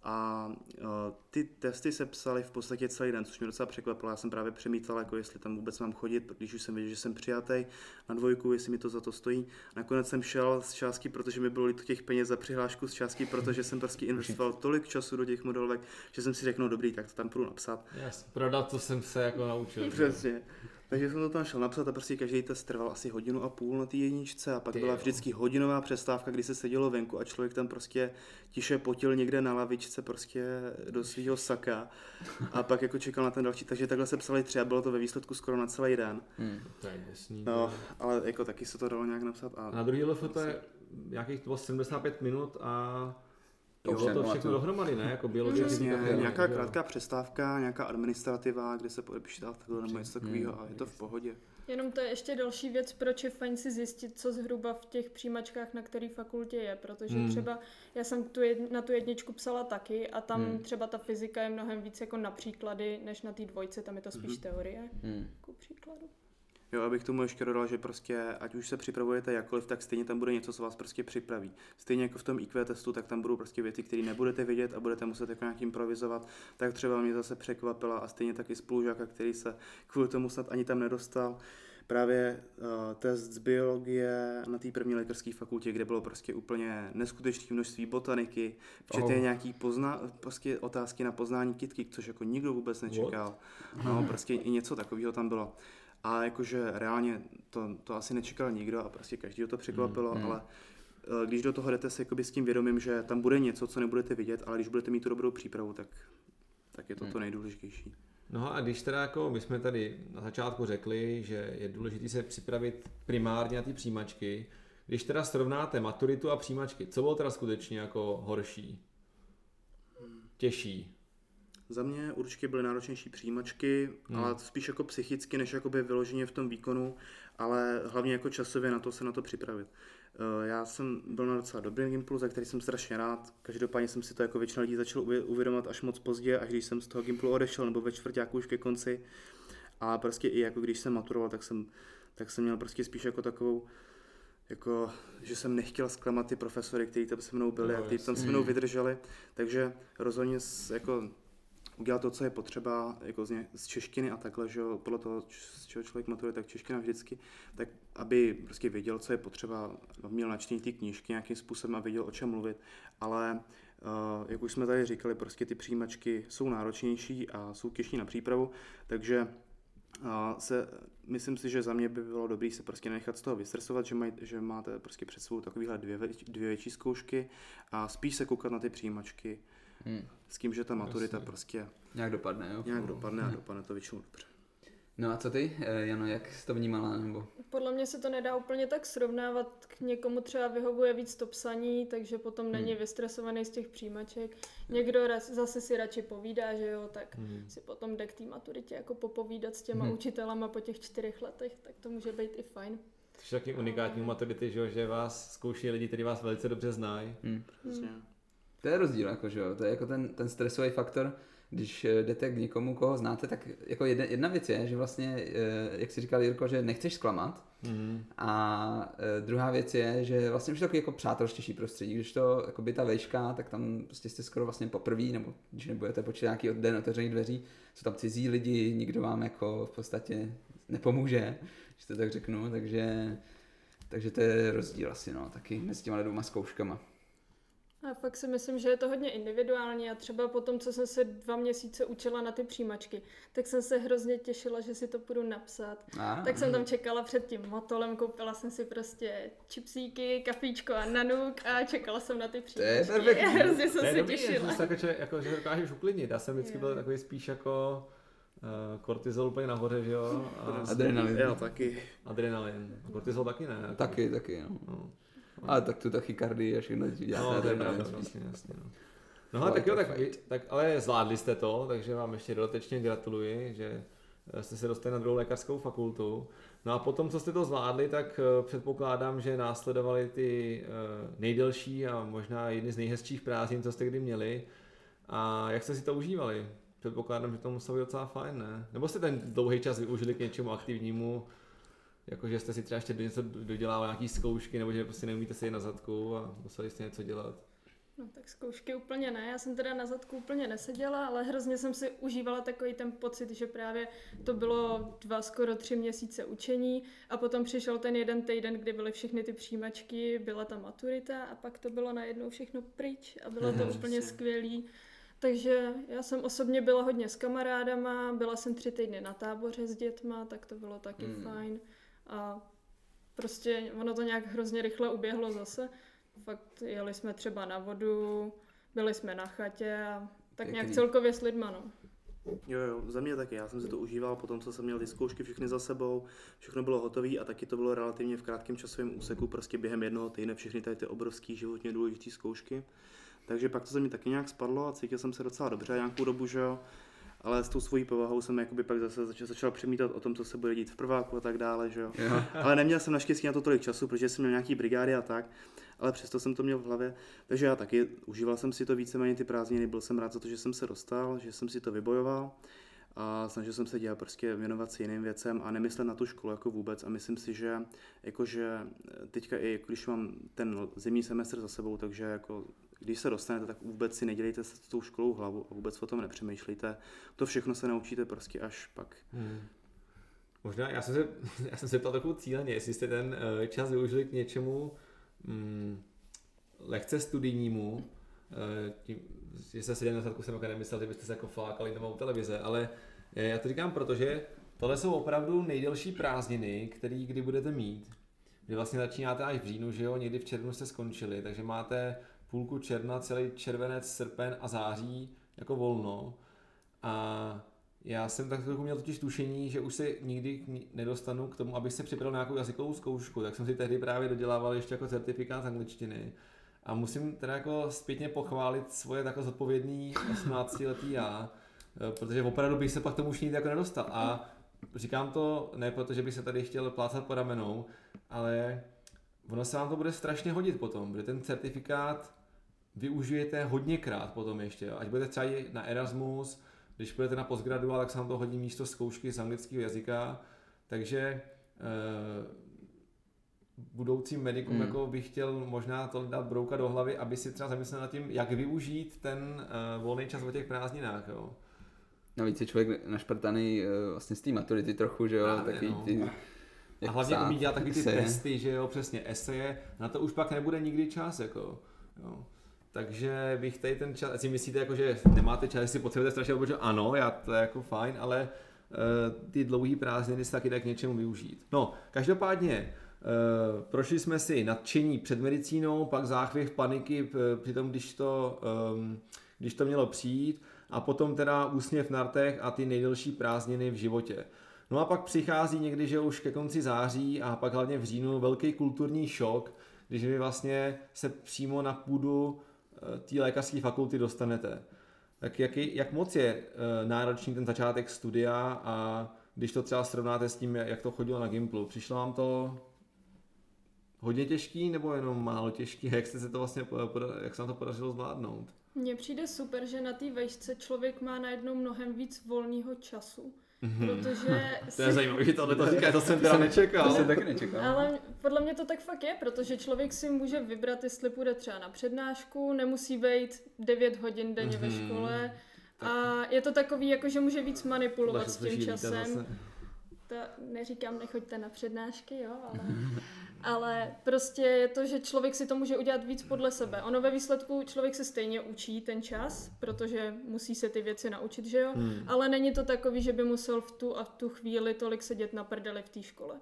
A uh, ty testy se psaly v podstatě celý den, což mě docela překvapilo. Já jsem právě přemítal, jako jestli tam vůbec mám chodit, když už jsem věděl, že jsem přijatý na dvojku, jestli mi to za to stojí. Nakonec jsem šel z částky, protože mi bylo líto těch peněz za přihlášku, z částky, protože jsem prostě investoval tolik času do těch modelovek, že jsem si řekl, no dobrý, tak to tam půjdu napsat. Jasně, prodat, co jsem se jako naučil. Přesně. Takže jsem to tam šel napsat a prostě každý test trval asi hodinu a půl na té jedničce a pak Ty byla jo. vždycky hodinová přestávka, kdy se sedělo venku a člověk tam prostě tiše potil někde na lavičce prostě do svého saka a pak jako čekal na ten další, takže takhle se psali tři a bylo to ve výsledku skoro na celý den. Hmm. To je děsný. No, ale jako taky se to dalo nějak napsat. A, A na druhý level to je nějakých to bylo sedmdesát pět minut a to Jo, bylo to no a všechno to- dohromady, ne? Jako biologie, Přesně, fyzika, chemie, nějaká že jo? krátká přestávka, nějaká administrativa, kde se podepíše takhle nebo něco takového a je to v pohodě. Jenom to je ještě další věc, proč je fajn si zjistit, co zhruba v těch přijímačkách na který fakultě je, protože Hmm. třeba já jsem tu jed, na tu jedničku psala taky a tam Hmm. třeba ta fyzika je mnohem víc jako na příklady, než na té dvojce, tam je to spíš teorie, Hmm. ku příkladu. Jo, abych tomu ještě dodal, že prostě ať už se připravujete jakkoliv, tak stejně tam bude něco, co vás prostě připraví. Stejně jako v tom í kvé testu, tak tam budou prostě věci, které nebudete vědět a budete muset jako nějak improvizovat. Tak třeba mě zase překvapila a stejně taky spolužáka, který se kvůli tomu snad ani tam nedostal. Právě uh, test z biologie na té první lékařské fakultě, kde bylo prostě úplně neskutečné množství botaniky, včetně Oh. nějaký pozna, prostě otázky na poznání kytky, což jako nikdo vůbec nečekal. No, prostě i něco takového tam bylo. A jakože reálně to, to asi nečekal nikdo a prostě každýho to překvapilo, Mm, mm. ale eh, když do toho jdete s, jakoby s tím vědomím, že tam bude něco, co nebudete vidět, ale když budete mít tu dobrou přípravu, tak, tak je to to nejdůležitější. No a když teda jako my jsme tady na začátku řekli, že je důležité se připravit primárně na ty přijímačky, když teda srovnáte maturitu a přijímačky, co bylo teda skutečně jako horší? Těžší? Za mě určitě byly náročnější přijímačky, hmm. ale to spíš jako psychicky, než jakoby vyloženě v tom výkonu, ale hlavně jako časově na to se na to připravit. Uh, Já jsem byl na docela dobrý Gimplu, za který jsem strašně rád. Každopádně jsem si to jako většina lidí začal uvě- uvědomovat až moc pozdě, až když jsem z toho Gimplu odešel, nebo ve čtvrťáku už ke konci. A prostě i jako když jsem maturoval, tak jsem, tak jsem měl prostě spíš jako takovou, jako, že jsem nechtěl zklamat ty profesory, kteří tam se mnou byli No, a kteří tam se mnou vydrželi. Takže rozhodně s- jako udělat to, co je potřeba, jako z, ně, z češtiny a takhle, že jo, podle toho, z čeho člověk maturuje, tak čeština vždycky, tak aby prostě věděl, co je potřeba, měl načtený ty knížky nějakým způsobem a věděl, o čem mluvit, ale uh, jak už jsme tady říkali, prostě ty přijímačky jsou náročnější a jsou těžší na přípravu, takže uh, se, myslím si, že za mě by bylo dobré se prostě nechat z toho vystresovat, že, maj, že máte prostě před sebou takovýhle dvě, dvě větší zkoušky a spíš se koukat na ty přijímačky, Hmm. s tím, že ta maturita Jasně. prostě Nějak dopadne, jo? nějak dopadne a dopadne to většinou dobře. No a co ty, eh, Jano, jak jsi to vnímala, nebo? Podle mě se to nedá úplně tak srovnávat, k někomu třeba vyhovuje víc to psaní, takže potom není Hmm. vystresovaný z těch přijímaček. Někdo raz, zase si radši povídá, že jo, tak Hmm. si potom jde k té maturitě jako popovídat s těma Hmm. učitelama po těch čtyřech letech, tak to může být i fajn. To je taky unikátní u maturity, že, jo, že vás zkouší lidi, kteří vás velice dobře znají. Hmm. Přesně. To je rozdíl, jako, že jo? To je jako ten, ten stresový faktor, když eh, jdete k někomu, koho znáte, tak jako jedna, jedna věc je, že vlastně, eh, jak si říkal Jirko, že nechceš zklamat, Mm. a eh, druhá věc je, že vlastně už je takový jako přátelštější prostředí, když to jako by ta vejška, tak tam prostě jste skoro vlastně poprvé, nebo když nebudete počítat nějaký den otevřených dveří, jsou tam cizí lidi, nikdo vám jako v podstatě nepomůže, když to tak řeknu, takže, takže to je rozdíl asi, no, taky mezi těma dvouma zkouškama. A fakt si myslím, že je to hodně individuální a třeba po tom, co jsem se dva měsíce učila na ty přijímačky, tak jsem se hrozně těšila, že si to půjdu napsat. A, tak jsem tam čekala před tím motolem, koupila jsem si prostě čipsíky, kafíčko a nanuk a čekala jsem na ty přijímačky. To je perfektní. Hrozně jsem To je se dobrý, těšila. že, jako, že, jako, že dokážeš uklidnit. Já jsem vždycky byl takový spíš jako uh, kortizol úplně nahoře, že jo? A Adrenalin. Já taky. Adrenalin. A kortizol taky ne. Jako. Taky, taky, no. No. Ale tak tu tachykardii a všechno děláte. No, to je adrenalin. pravda, vlastně, jasně, no. No ale tak jo, tak, tak, ale zvládli jste to, takže vám ještě dodatečně gratuluji, že jste se dostali na druhou lékařskou fakultu. No a potom, co jste to zvládli, tak předpokládám, že následovaly ty nejdelší a možná jedny z nejhezčích prázdnin, co jste kdy měli. A jak jste si to užívali? Předpokládám, že to muselo být docela fajn, ne? Nebo jste ten dlouhý čas využili k něčemu aktivnímu, jakože jste si třeba ještě něco dodělávali, nějaký zkoušky, nebo že prostě neumíte sedět na zadku a museli jste něco dělat? No tak zkoušky úplně ne, já jsem teda na zadku úplně neseděla, ale hrozně jsem si užívala takový ten pocit, že právě to bylo dva, skoro tři měsíce učení a potom přišel ten jeden týden, kdy byly všechny ty přijímačky, byla ta maturita a pak to bylo najednou všechno pryč a bylo to úplně skvělý. Takže já jsem osobně byla hodně s kamarádama, byla jsem tři týdny na táboře s dětma, tak to bylo taky mm. fajn. A prostě ono to nějak hrozně rychle uběhlo zase. Fakt jeli jsme třeba na vodu, byli jsme na chatě a tak nějak celkově s lidma, no. Jo, jo, za mě taky, já jsem si to užíval, potom co jsem měl ty zkoušky všechny za sebou, všechno bylo hotové a taky to bylo relativně v krátkém časovém úseku, prostě během jednoho týdne všechny tady ty obrovský životně důležité zkoušky. Takže pak to se mi taky nějak spadlo a cítil jsem se docela dobře nějakou dobu, že jo. Ale s tou svojí povahou jsem jakoby pak zase začal, začal přemítat o tom, co se bude dít v prváku a tak dále, že jo. Ale neměl jsem naštěstí na to tolik času, protože jsem měl nějaký brigády a tak, ale přesto jsem to měl v hlavě. Takže já taky užíval jsem si to víceméně ty prázdniny, byl jsem rád za to, že jsem se dostal, že jsem si to vybojoval a snažil jsem se dělat prostě věnovat se jiným věcem a nemyslet na tu školu jako vůbec a myslím si, že jakože teďka i když mám ten zimní semestr za sebou, takže jako když se dostanete, tak vůbec si nedělejte se tou školou hlavu a vůbec o tom nepřemýšlejte. To všechno se naučíte prostě až pak. Hmm. Možná, já jsem se, já jsem se ptal takovou cíleně, jestli jste ten uh, čas využili k něčemu um, lehce studijnímu, uh, tím, že jste seděli na zadku, jsem nemyslel, že byste se jako flákali doma u televize, ale já to říkám, protože tohle jsou opravdu nejdelší prázdniny, které kdy budete mít. Kdy vlastně začínáte až v říjnu, že jo, někdy v červnu jste skončili, takže máte půlku června, celý červenec, srpen a září jako volno. A já jsem tak trochu měl totiž tušení, že už se nikdy nedostanu k tomu, abych se připravil na nějakou jazykovou zkoušku, tak jsem si tehdy právě dodělával ještě jako certifikát z angličtiny. A musím teda jako zpětně pochválit svoje takhle zodpovědný osmnáctiletý já, protože opravdu bych se pak tomu už nikdy jako nedostal. A říkám to ne proto, že bych se tady chtěl plácat po ramenou, ale ono se vám to bude strašně hodit potom, protože ten certifikát využijete hodněkrát potom ještě, jo. Ať budete třeba na Erasmus, když budete na postgraduál, tak se vám to hodí místo zkoušky z anglického jazyka, takže e, budoucím medikům hmm. jako bych chtěl možná to dát brouka do hlavy, aby si třeba zamyslel nad tím, jak využít ten e, volný čas o těch prázdninách, jo. Navíc je člověk našprtaný e, vlastně z té maturity trochu, že jo, Právě, takový no. ty... A hlavně umí dělat takový ty testy, že jo, přesně, eseje, na to už pak nebude nikdy čas, jako, jo. Takže bych tady ten čas, ať si myslíte, jako, že nemáte čas, si potřebujete strašně odbočit, ano, já, to je jako fajn, ale uh, ty dlouhý prázdniny se taky tak k něčemu využít. No, každopádně, uh, prošli jsme si nadšení před medicínou, pak záchvěv paniky při tom, když to, um, když to mělo přijít a potom teda úsměv na rtech a ty nejdelší prázdniny v životě. No a pak přichází někdy, že už ke konci září a pak hlavně v říjnu velký kulturní šok, když vy vlastně se přímo na půdu té lékařské fakulty dostanete. Tak jak, jak moc je náročný ten začátek studia a když to třeba srovnáte s tím, jak to chodilo na Gimplu, přišlo vám to hodně těžký nebo jenom málo těžký? Jak jste se to vlastně, jak se vám to podařilo zvládnout? Mně přijde super, že na té vejšce člověk má najednou mnohem víc volného času. Mm-hmm. Protože to je si... zajímavé, že tohle to říká, to jsem teda nečekal. To jsem taky nečekal. Ale podle mě to tak fakt je, protože člověk si může vybrat, jestli půjde třeba na přednášku, nemusí být devět hodin denně mm-hmm. ve škole tak. A je to takový, jako že může víc manipulovat s tím časem. Ta, neříkám, nechoďte na přednášky, jo, ale, ale prostě je to, že člověk si to může udělat víc podle sebe. Ono ve výsledku člověk se stejně učí ten čas, protože musí se ty věci naučit, že jo? Hmm. Ale není to takový, že by musel v tu a v tu chvíli tolik sedět na prdeli v té škole.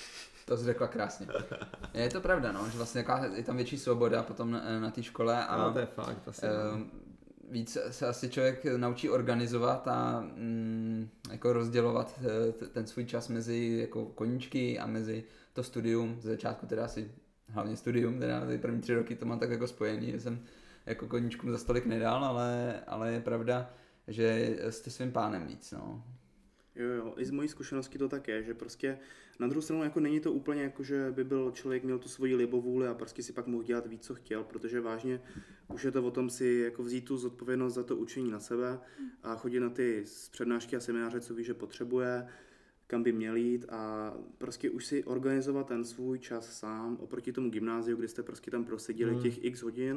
To jsi řekla krásně. Je to pravda, no, že vlastně je tam větší svoboda potom na, na té škole a no, to je fakt, asi, uh, víc se asi člověk naučí organizovat a mm, jako rozdělovat t, ten svůj čas mezi jako koníčky a mezi to studium. Z začátku teda asi hlavně studium, teda ty první tři roky to mám tak jako spojený, že jsem jako koníčkům za stolik nedal, ale, ale je pravda, že jste svým pánem víc, no. Jo, jo, i z mojí zkušenosti to tak je, že prostě na druhou stranu jako není to úplně jako, že by byl člověk měl tu svoji libovůli a prostě si pak mohl dělat víc, co chtěl, protože vážně už je to o tom si jako vzít tu zodpovědnost za to učení na sebe a chodit na ty přednášky a semináře, co ví, že potřebuje, kam by měl jít a prostě už si organizovat ten svůj čas sám oproti tomu gymnáziu, kdy jste prostě tam proseděli hmm. těch x hodin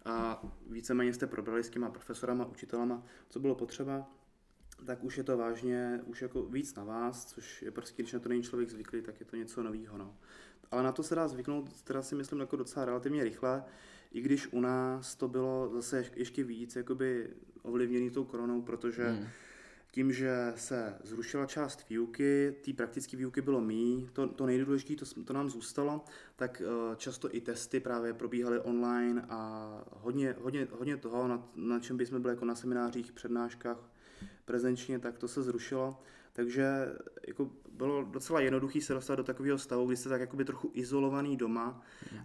a víceméně jste probrali s těma profesorama, učitelama, co bylo potřeba. Tak už je to vážně, už jako víc na vás, což je prostě, když na to není člověk zvyklý, tak je to něco novýho, no. Ale na to se dá zvyknout, teda si myslím, jako docela relativně rychle, i když u nás to bylo zase ještě víc jakoby ovlivněný tou koronou, protože hmm. tím, že se zrušila část výuky, té praktické výuky bylo míň, to, to nejdůležitější, to, to nám zůstalo, tak často i testy právě probíhaly online a hodně, hodně, hodně toho, na, na čem bychom byli jako na seminářích, přednáškách, prezenčně, tak to se zrušilo. Takže jako bylo docela jednoduché se dostat do takového stavu, kdy jste tak jakoby trochu izolovaný doma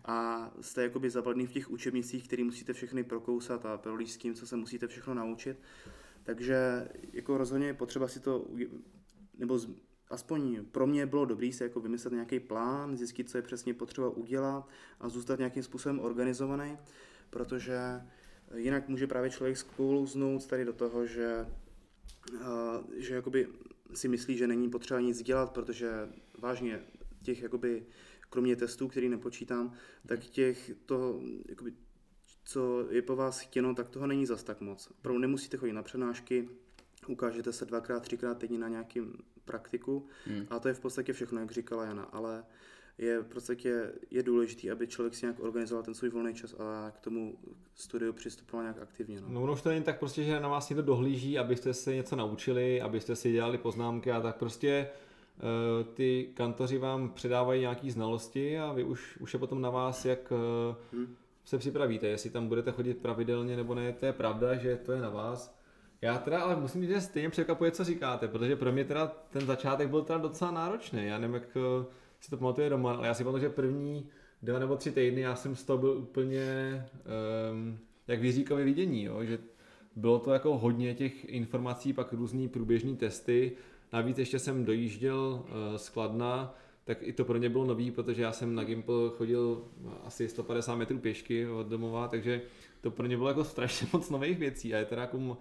a jste jakoby zabledný v těch učebnicích, které musíte všechny prokousat a prolíst s tím, co se musíte všechno naučit. Takže jako rozhodně je potřeba si to, nebo aspoň pro mě bylo dobré si jako vymyslet nějaký plán, zjistit, co je přesně potřeba udělat a zůstat nějakým způsobem organizovaný, protože jinak může právě člověk sklouznout tady do toho, že Uh, že jakoby si myslí, že není potřeba nic dělat, protože vážně těch jakoby, kromě testů, který nepočítám, tak těch to, jakoby, co je po vás chtěno, tak toho není zas tak moc. Opravdu nemusíte chodit na přednášky, ukážete se dvakrát, třikrát týdně na nějakým praktiku hmm. a to je v podstatě všechno, jak říkala Jana, ale je v podstatě je důležité, aby člověk si nějak organizoval ten svůj volný čas a k tomu studiu přistupoval nějak aktivně. No, no už to není tak prostě, že na vás někdo dohlíží, abyste se něco naučili, abyste si dělali poznámky a tak prostě uh, ty kantoři vám předávají nějaké znalosti a vy už, už je potom na vás, jak uh, hmm. se připravíte, jestli tam budete chodit pravidelně nebo ne, to je pravda, že to je na vás. Já teda, ale musím říct, že stejně překvapuje, co říkáte, protože pro mě teda ten začátek byl teda docela náročný, já nevím, jak si to pamatuje doma, ale já si pamatuju, že první dva nebo tři týdny já jsem z toho byl úplně um, jak Jiříkovi vidění, jo? Že bylo to jako hodně těch informací, pak různý průběžný testy, navíc ještě jsem dojížděl uh, z Kladna, tak i to pro mě bylo nový, protože já jsem na Gimpl chodil asi sto padesát metrů pěšky od domova, takže to pro mě bylo jako strašně moc nových věcí a je teda jako uh,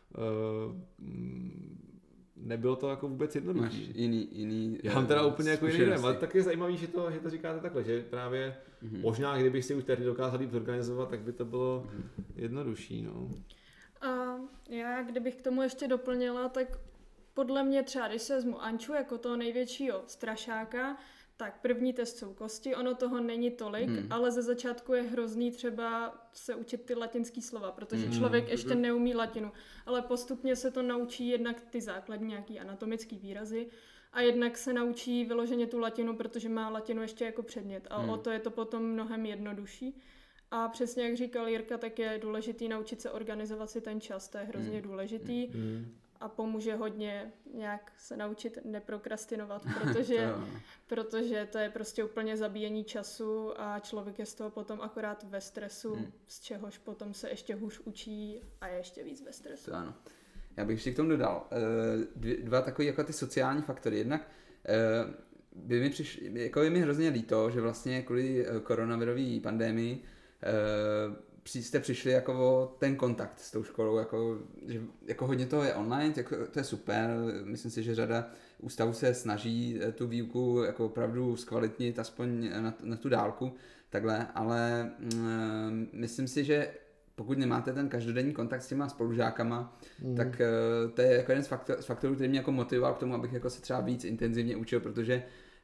nebylo to jako vůbec jednoduché. Máš jiný, jiný Já mám teda úplně jako jiný nevím, ale tak je zajímavý, že to, že to říkáte takhle, že právě mm-hmm. možná, kdybych si už tehdy dokázal líp zorganizovat, tak by to bylo mm-hmm. jednodušší, no. A já, kdybych k tomu ještě doplnila, tak podle mě třeba, když se vezmu Anču jako toho největšího strašáka, tak první test jsou kosti, ono toho není tolik, hmm. ale ze začátku je hrozný třeba se učit ty latinský slova, protože hmm. člověk ještě neumí latinu, ale postupně se to naučí jednak ty základní nějaký anatomický výrazy a jednak se naučí vyloženě tu latinu, protože má latinu ještě jako předmět a hmm. o to je to potom mnohem jednodušší. A přesně jak říkal Jirka, tak je důležitý naučit se organizovat si ten čas, to je hrozně hmm. důležitý. Hmm. A pomůže hodně nějak se naučit neprokrastinovat, protože, protože to je prostě úplně zabíjení času a člověk je z toho potom akorát ve stresu, hmm. z čehož potom se ještě hůř učí a je ještě víc ve stresu. To ano. Já bych ještě k tomu dodal dvě, dva takové jako ty sociální faktory. Jednak by mi, přiš, jako by mi hrozně líto, že vlastně kvůli koronavirové pandemii jste přišli jako o ten kontakt s tou školou, jako, že, jako hodně toho je online, jako, to je super, myslím si, že řada ústavů se snaží tu výuku jako opravdu zkvalitnit aspoň na, na tu dálku, takhle, ale mm, myslím si, že pokud nemáte ten každodenní kontakt s těma spolužákama, mm. tak uh, to je jako jeden z, faktor, z faktorů, který mě jako motivoval k tomu, abych jako se třeba víc intenzivně učil, protože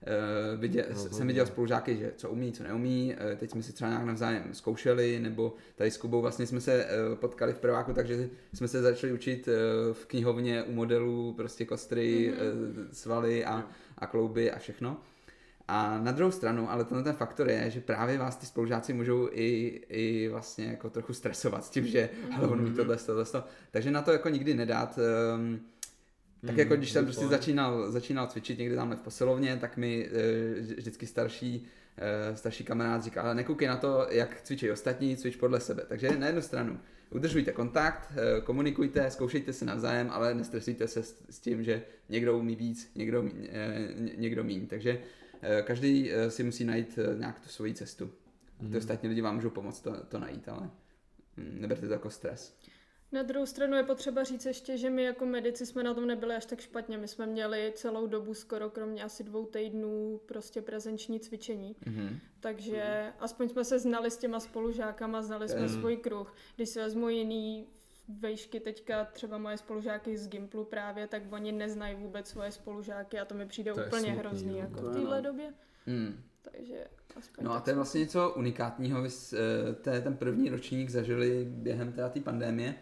Uh, viděl, no, jsem viděl spolužáky, že co umí, co neumí, uh, teď jsme si třeba nějak navzájem zkoušeli, nebo tady s Kubou vlastně jsme se uh, potkali v prváku, takže jsme se začali učit uh, v knihovně u modelů prostě kostry, mm-hmm. uh, svaly a, a klouby a všechno. A na druhou stranu, ale tenhle ten faktor je, že právě vás ty spolužáci můžou i, i vlastně jako trochu stresovat s tím, že hele, on umí tohle, tohle, tohle. Takže na to jako nikdy nedat. Um, tak jako když jsem prostě začínal, začínal cvičit někde tamhle v posilovně, tak mi uh, vždycky starší, uh, starší kamarád říkal, ale nekoukej na to, jak cvičí ostatní, cvič podle sebe. Takže na jednu stranu udržujte kontakt, uh, komunikujte, zkoušejte se navzájem, ale nestresujte se s, s tím, že někdo umí víc, někdo, uh, někdo míň. Takže každý si musí najít nějak tu svoji cestu. Hmm. Ty ostatní lidi vám můžou pomoct to, to najít, ale neberte to jako stres. Na druhou stranu je potřeba říct ještě, že my jako medici jsme na tom nebyli až tak špatně. My jsme měli celou dobu skoro kromě asi dvou týdnů prostě prezenční cvičení. Hmm. Takže hmm. aspoň jsme se znali s těma spolužákama, znali jsme hmm. svůj kruh. Když si vezmu jiný vejšky, teďka třeba moje spolužáky z Gimplu právě, tak oni neznají vůbec svoje spolužáky a to mi přijde to úplně smutný, hrozný jako v téhle no. době. Hmm. Takže aspoň no a to je vlastně něco unikátního. Vy jste ten první ročník zažili během té pandémie.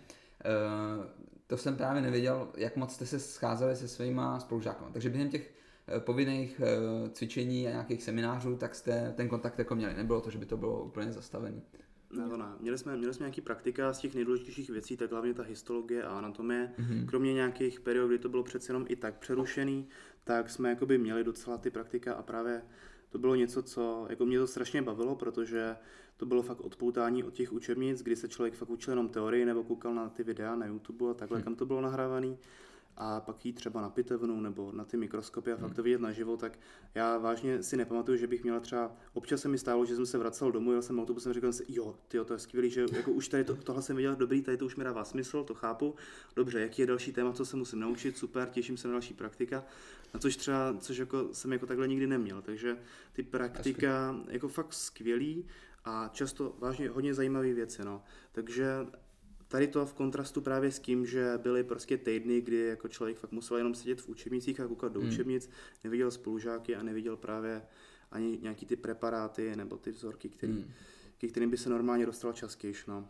To jsem právě nevěděl, jak moc jste se scházeli se svýma spolužáky. Takže během těch povinných cvičení a nějakých seminářů, tak jste ten kontakt jako měli. Nebylo to, že by to bylo úplně zastavený. Ne, to ne. Měli jsme, měli jsme nějaký praktika z těch nejdůležitějších věcí, tak hlavně ta histologie a anatomie. Mm-hmm. Kromě nějakých period, kdy to bylo přece jenom i tak přerušený, tak jsme jakoby měli docela ty praktika a právě to bylo něco, co jako mě to strašně bavilo, protože to bylo fakt odpoutání od těch učebnic, kdy se člověk fakt učil jenom teorii nebo koukal na ty videa na YouTube a takhle, mm. kam to bylo nahrávaný. A pak jít třeba na pitevnu nebo na ty mikroskopy a fakt to vidět naživo, tak já vážně si nepamatuju, že bych měla třeba, občas se mi stálo, že jsem se vracel domů, jel jsem autobusem a říkal jsem si, jo, tyjo, to je skvělý, že jako už tady to, tohle jsem viděl, dobrý, tady to už mi dává smysl, to chápu, dobře, jaký je další téma, co se musím naučit, super, těším se na další praktika, na což třeba, což jako jsem jako takhle nikdy neměl, takže ty praktika jako fakt skvělý a často vážně hodně zajímavé věci, no, takže tady to v kontrastu právě s tím, že byly prostě týdny, kdy jako člověk fakt musel jenom sedět v učebnicích a koukat do hmm. učebnic, neviděl spolužáky a neviděl právě ani nějaký ty preparáty nebo ty vzorky, který, hmm. ke kterým by se normálně dostal častějš. No.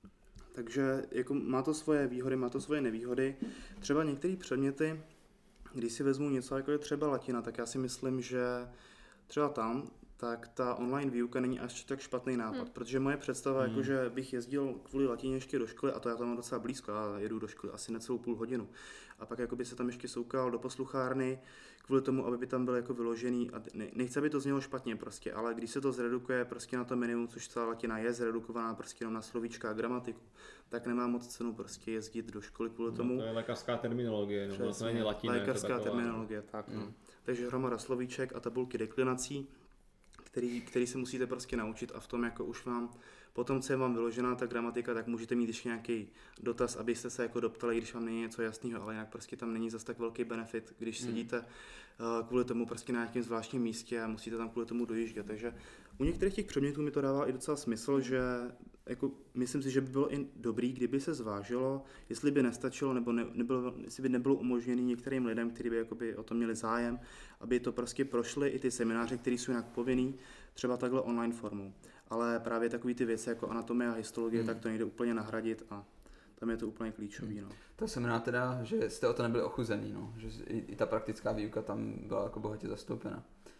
Takže jako má to svoje výhody, má to svoje nevýhody. Třeba některé předměty, když si vezmu něco jako je třeba latina, tak já si myslím, že třeba tam tak ta online výuka není až tak špatný nápad, hmm. protože moje představa, hmm. jako, že bych jezdil kvůli latině ještě do školy, a to já tam mám docela blízko, já jedu do školy asi necelou půl hodinu, a pak jakoby se tam ještě soukal do posluchárny, kvůli tomu, aby by tam byl jako vyložený, a nechci, aby to znělo špatně prostě, ale když se to zredukuje prostě na to minimum, což ta latina je zredukovaná prostě jenom na slovíčka a gramatiku, tak nemá moc cenu prostě jezdit do školy kvůli tomu. No, to je lékařská terminologie, no, to není latina. Lékařská terminologie, tak hmm. no. Takže hromada slovíček a tabulky deklinací, Který, který se musíte prostě naučit a v tom jako už vám, potom co je vám vyložená ta gramatika, tak můžete mít ještě nějaký dotaz, abyste se jako doptali, když vám není něco jasného, ale jinak prostě tam není zas tak velký benefit, když hmm. sedíte uh, kvůli tomu prostě na nějakém zvláštním místě a musíte tam kvůli tomu dojíždět. Takže u některých těch předmětů mi to dává i docela smysl, že jako, myslím si, že by bylo i dobrý, kdyby se zvážilo, jestli by nestačilo, nebo ne, nebylo, jestli by nebylo umožněné některým lidem, kteří by jakoby o to měli zájem, aby to prostě prošly i ty semináře, které jsou jinak povinný, třeba takhle online formou. Ale právě takové ty věci jako anatomie a histologie, hmm. tak to nejde úplně nahradit a tam je to úplně klíčový. No. To znamená teda, že jste o to nebyli ochuzený, no? Že i, i ta praktická výuka tam byla jako bohatě zastoupena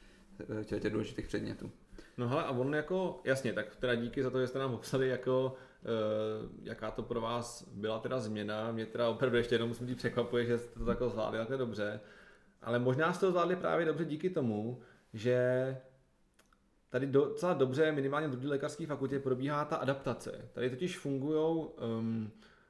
těch těch důležitých předmětů. No hele, a on jako, jasně, tak teda díky za to, že jste nám popsali, jako, uh, jaká to pro vás byla teda změna. Mě teda opravdu ještě jednou musím říct, překvapuje, že jste to takhle zvládli takhle dobře. Ale možná jste to zvládli právě dobře díky tomu, že tady docela dobře, minimálně v druhé lékařské fakultě, probíhá ta adaptace. Tady totiž fungují um,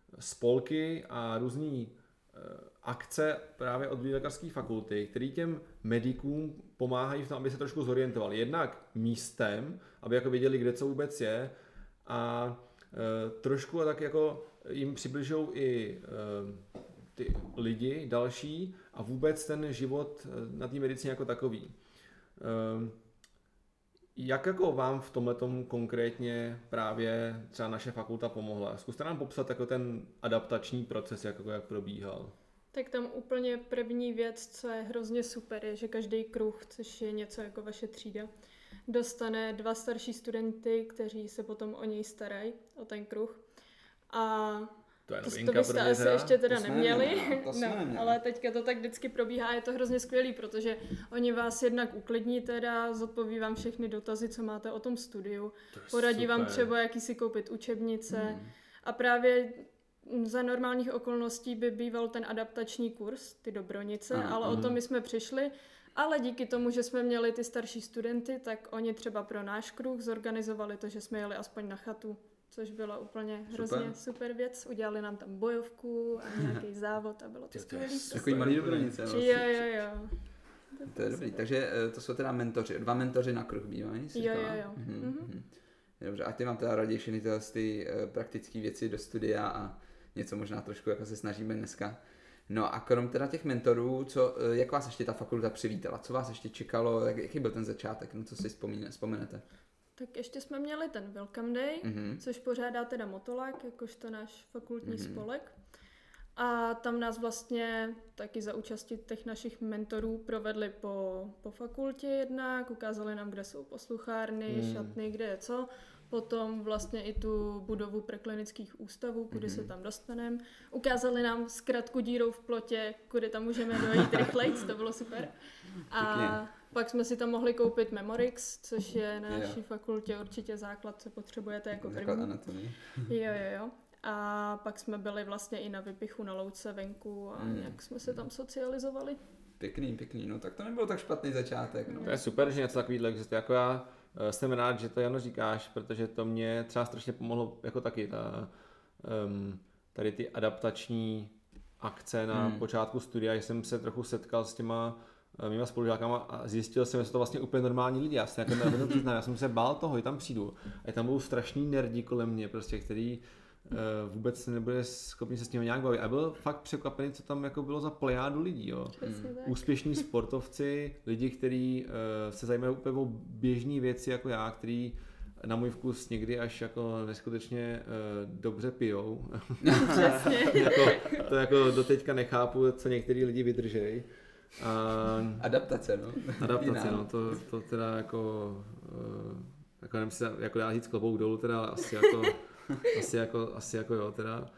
spolky a různý uh, akce právě od druhé lékařské fakulty, které těm medikům pomáhají v tom, aby se trošku zorientovali. Jednak místem, aby jako věděli, kde co vůbec je, a uh, trošku tak jako jim přibližují i uh, ty lidi další a vůbec ten život na té medicíně jako takový. Uh, Jak jako vám v tomhletom konkrétně právě třeba naše fakulta pomohla? Zkuste nám popsat jako ten adaptační proces, jako jak probíhal. Tak tam úplně první věc, co je hrozně super, je, že každý kruh, což je něco jako vaše třída, dostane dva starší studenty, kteří se potom o něj starají, o ten kruh. A To je to, novinka to byste pro mě asi teda. ještě teda To jsme neměli, neměli, no, to jsme no, neměli. ale teďka to tak vždycky probíhá, je to hrozně skvělý, protože oni vás jednak uklidní teda, zodpoví vám všechny dotazy, co máte o tom studiu, To je poradí vám super. třeba, jaký si koupit učebnice Hmm. a právě za normálních okolností by býval ten adaptační kurz, ty Dobronice, Ano, ale o ano. tom my jsme přišli, ale díky tomu, že jsme měli ty starší studenty, tak oni třeba pro náš kruh zorganizovali to, že jsme jeli aspoň na chatu, což byla úplně hrozně super, super věc. Udělali nám tam bojovku a nějaký závod a bylo to To je skvělý. super. Takový malý Dobronice. Jo, Vlastně. jo, jo. To je dobrý, takže eh, to jsou teda mentoři, dva mentoři na kruh bývají, jsi Jo, říkala? jo, jo. Mhm, Mhm. mhm. Dobře, a ty mám teda raději všechny tyhle ty eh, praktické věci do studia a něco možná trošku jako se snažíme dneska. No a krom teda těch mentorů, co, eh, jak vás ještě ta fakulta přivítala? Co vás ještě čekalo? Jak, jaký byl ten začátek? No co si vzpomíne, vzpomenete? Tak ještě jsme měli ten Welcome Day, Mhm. což pořádá teda Motolák, jakožto náš fakultní Mhm. spolek. A tam nás vlastně taky za účasti těch našich mentorů provedli po, po fakultě jednak, ukázali nám, kde jsou posluchárny, Hmm. šatny, kde je co. Potom vlastně i tu budovu preklinických ústavů, kudy Mhm. se tam dostaneme. Ukázali nám zkratku dírou v plotě, kudy tam můžeme dojít rychlejc, to bylo super. A Pěkně. pak jsme si tam mohli koupit Memorix, což je na Jo. naší fakultě určitě základ, co potřebujete jako Základ první. anatomie. Jo, jo, jo. A pak jsme byli vlastně i na vypichu na louce venku a Mm. nějak jsme se tam socializovali. Pěkný, pěkný, no tak to nebyl tak špatný začátek. No. To je super, že něco takového existuje. Jako já eh, jsem rád, že to Jano říkáš, protože to mě třeba strašně pomohlo jako taky ta, um, tady ty adaptační akce na Hmm. počátku studia, že jsem se trochu setkal s těma eh, mýma spolužákama a zjistil jsem, že jsou to vlastně úplně normální lidi. Já se jako nevěděl přiznám, já jsem se bál toho, že tam přijdu. A tam budou strašný nerdi kolem mě, prostě, který uh, vůbec nebude schopný se s tím nějak bavit. A byl fakt překvapený, co tam jako bylo za plejádu lidí. Jo. Přesně tak. Úspěšní sportovci, lidi, kteří uh, se zajímají úplně o běžné věci jako já, který na můj vkus někdy až jako neskutečně uh, dobře pijou. Přesně. jako, to jako doteďka nechápu, co některý lidi vydržejí. A Adaptace, no. adaptace, Jiná. no, to, to teda jako, uh, jako nevím si jako dá říct klobouk dolů, teda, ale asi jako, asi jako, asi jako jo, teda.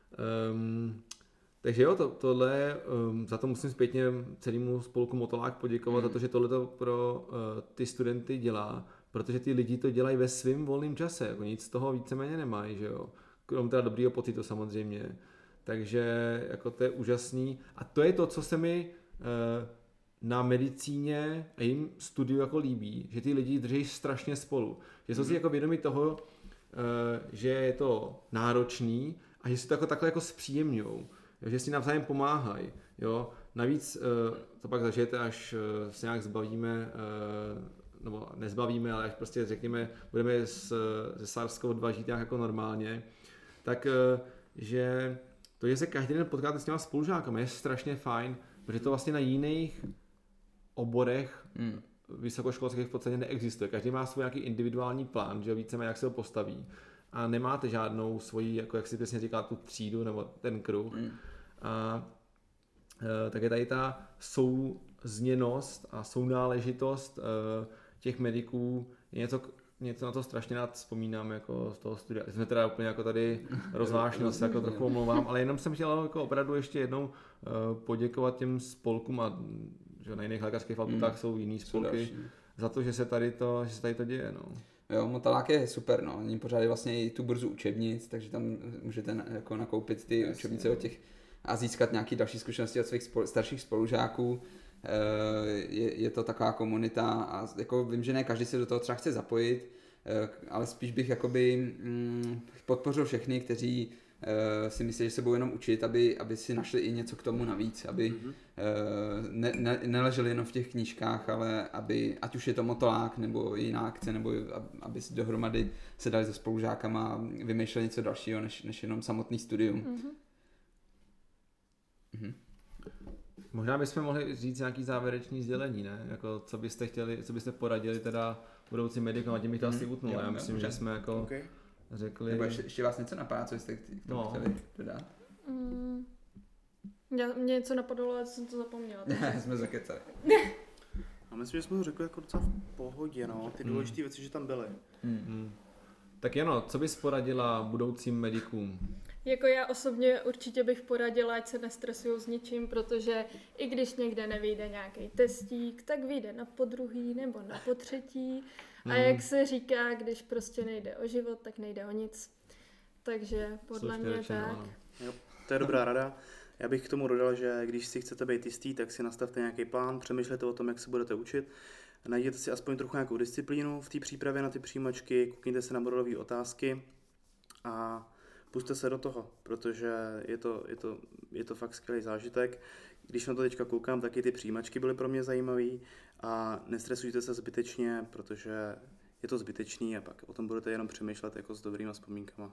Um, takže jo, to, tohle, um, za to musím zpětně celému spolku Motolák poděkovat, Mm. za to, že tohle to pro uh, ty studenty dělá, protože ty lidi to dělají ve svém volném čase, jako nic z toho víceméně nemají, že jo. Krom teda dobrýho pocitu samozřejmě. Takže jako to je úžasný. A to je to, co se mi uh, na medicíně a jim studiu jako líbí, že ty lidi drží strašně spolu. Že jsou si jako vědomí toho, uh, že je to náročný a že si to jako takhle jako zpříjemňujou. Že si navzájem pomáhají. Jo? Navíc uh, to pak zažijete, až uh, se nějak zbavíme, uh, nebo nezbavíme, ale až prostě řekněme, budeme s, se SARS-CoV dva žít nějak jako normálně, tak uh, že to, že se každý den potkáte s těma spolužákama, je strašně fajn, protože to vlastně na jiných oborech Mm. vysokoškolských v podstatě neexistuje. Každý má svůj nějaký individuální plán, že víceméně jak se ho postaví. A nemáte žádnou svoji, jako jak si přesně říká, tu třídu nebo ten kruh. Mm. A e, tak je tady ta souzněnost a sounáležitost e, těch mediků je něco, něco na to strašně rád vzpomínám jako z toho studia. Jsme teda úplně jako tady rozvážně, se jako trochu omlouvám, ale jenom jsem chtěl jako opravdu ještě jednou e, poděkovat těm spolkům a že na jiných lékařských fakultách Mm. jsou jiný Jsou spolky další. za to, že se tady to, že se tady to děje. No. Jo, Motolák je super, no. Oni pořádají vlastně i tu burzu učebnic, takže tam můžete na, jako nakoupit ty Jasně. učebnice od těch a získat nějaké další zkušenosti od svých spol, starších spolužáků. E, je, je to taková komunita a jako vím, že ne každý se do toho třeba chce zapojit, e, ale spíš bych jakoby mm, podpořil všechny, kteří e, si myslí, že se budou jenom učit, aby, aby si našli i něco k tomu navíc, aby Mhm. e, ne, ne, neleželi jenom v těch knížkách, ale aby, ať už je to Motolák nebo jiná akce, nebo ab- aby si dohromady se dali se spolužákama a vymýšleli něco dalšího, než, než jenom samotný studium. Mhm. Mhm. Možná bychom mohli říct nějaký závěrečný sdělení, ne? Jako, co byste chtěli, co byste poradili teda budoucím medikům, a tím bych to Mhm. asi utnul. Jo, Já jo, myslím, dobře. že jsme jako Okay. řekli... Nebo ještě, ještě vás něco napadá, co jste k tomu No. chtěli dodat? Mm. Já, mě něco napadlo, ale jsem to zapomněla. Ne, jsme zakecali. A myslím, že jsme to řekli jako docela v pohodě, no. Ty důležité věci, že tam byly. Hmm. Tak Jano, co bys poradila budoucím medikům? Jako já osobně určitě bych poradila, ať se nestresují s ničím, protože i když někde nevyjde nějaký testík, tak vyjde na podruhý nebo na potřetí. A Hmm. jak se říká, když prostě nejde o život, tak nejde o nic. Takže podle Slušně mě řečeno, tak. ano. Jo, to je dobrá rada. Já bych k tomu dodal, že když si chcete být jistý, tak si nastavte nějaký plán, přemýšlejte o tom, jak se budete učit. Najděte si aspoň trochu nějakou disciplínu v té přípravě na ty přijímačky, koukněte se na modelové otázky a pusťte se do toho, protože je to, je to, je to fakt skvělý zážitek. Když na to teďka koukám, tak i ty přijímačky byly pro mě zajímavé a nestresujte se zbytečně, protože je to zbytečný a pak o tom budete jenom přemýšlet jako s dobrýma vzpomínkama.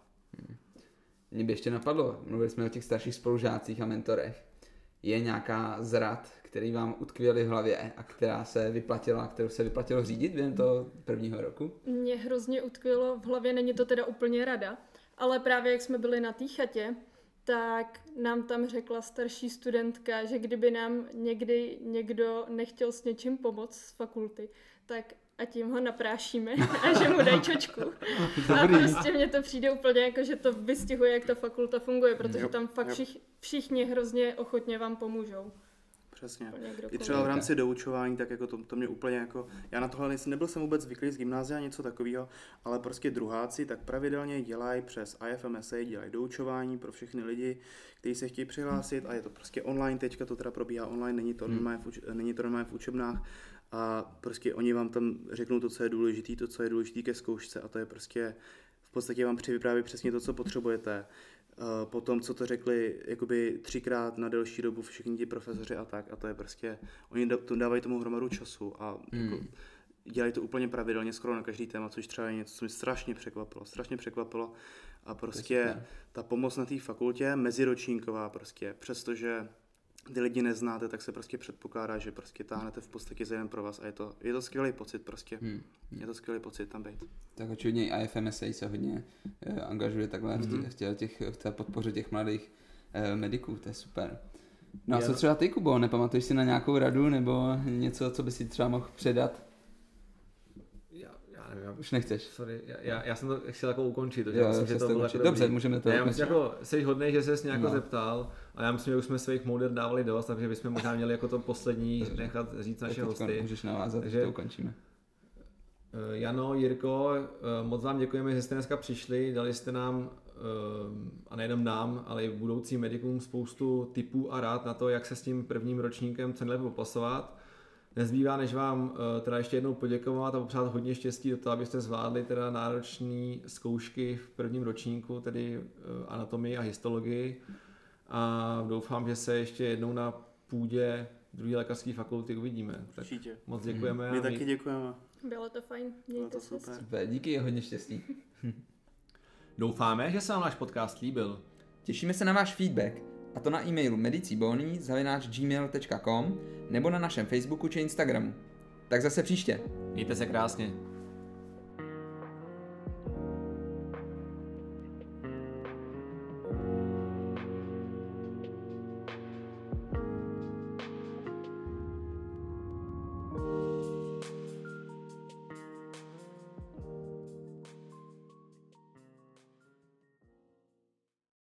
Mě by ještě napadlo, mluvili jsme o těch starších spolužácích a mentorech. Je nějaká z rad, který vám utkvěly v hlavě a která se vyplatila, kterou se vyplatilo řídit během toho prvního roku? Mě hrozně utkvělo v hlavě, není to teda úplně rada, ale právě jak jsme byli na té chatě, tak nám tam řekla starší studentka, že kdyby nám někdy někdo nechtěl s něčím pomoct z fakulty, tak a tím ho naprášíme a že mu dají čočku. A prostě mně to přijde úplně jako, že to vystihuje, jak ta fakulta funguje, protože tam fakt všich, všichni hrozně ochotně vám pomůžou. Přesně. Úplně I třeba v rámci doučování, tak jako to, to mě úplně jako, já na tohle nejsem, nebyl jsem vůbec zvyklý z gymnázia něco takového, ale prostě druháci tak pravidelně dělají přes I F M S A, dělají doučování pro všechny lidi, kteří se chtějí přihlásit a je to prostě online, teďka to teda probíhá online, není to normálně v, uč, není to normálně v učebnách a prostě oni vám tam řeknou to, co je důležité, to, co je důležité ke zkoušce a to je prostě v podstatě vám přivypráví přesně to, co potřebujete. Potom, co to řekli jakoby třikrát na delší dobu všichni ti profesoři a tak a to je prostě, oni dávají tomu hromadu času a Hmm. jako, dělají to úplně pravidelně skoro na každý téma, což třeba je něco, co mě strašně překvapilo, strašně překvapilo a prostě ta pomoc na té fakultě meziročníková prostě, přestože ty lidi neznáte, tak se prostě předpokládá, že prostě táhnete v podstatě za jeden pro vás a je to, je to skvělý pocit prostě. Hmm. Je to skvělý pocit tam být. Tak očividně i I F M S A se hodně eh, angažuje takhle mm-hmm. v, tě, v, těch, v té podpoře těch mladých eh, mediků, to je super. No a Já... co třeba ty, Kubo, nepamatuješ si na nějakou radu nebo něco, co by si třeba mohl předat? Já, já nevím, já... Už nechceš. Sorry, já, já, já jsem to chtěl jako ukončit, takže Jo, myslím, že to bylo jako dobře, dobrý. můžeme to já ukončit. myslím, jako jsi hodnej, že jsi nějak No. zeptal a já myslím, že už jsme svých moudr dávali dost, takže bychom možná měli jako to poslední nechat říct naše hosty. Můžeš navázat, Takže- to ukončíme. Eh, Jano, Jirko, eh, moc vám děkujeme, že jste dneska přišli, dali jste nám, eh, a nejenom nám, ale i budoucím medikům spoustu tipů a rád na to, jak se s tím prvním ročníkem co nejlépe popasovat. Nezbývá, než vám eh, teda ještě jednou poděkovat a popřát hodně štěstí do toho, abyste zvládli teda náročné zkoušky v prvním ročníku, tedy eh, anatomii a histologii. A doufám, že se ještě jednou na půdě druhé lékařské fakulty uvidíme. Tak Určitě. moc děkujeme. My a taky děkujeme. Bylo to fajn, Bylo mějte to se. super. Super, díky, hodně štěstí. Doufáme, že se vám náš podcast líbil. Těšíme se na váš feedback, a to na e-mailu medicibony zavináč gmail tečka com nebo na našem Facebooku či Instagramu. Tak zase příště. Mějte se krásně.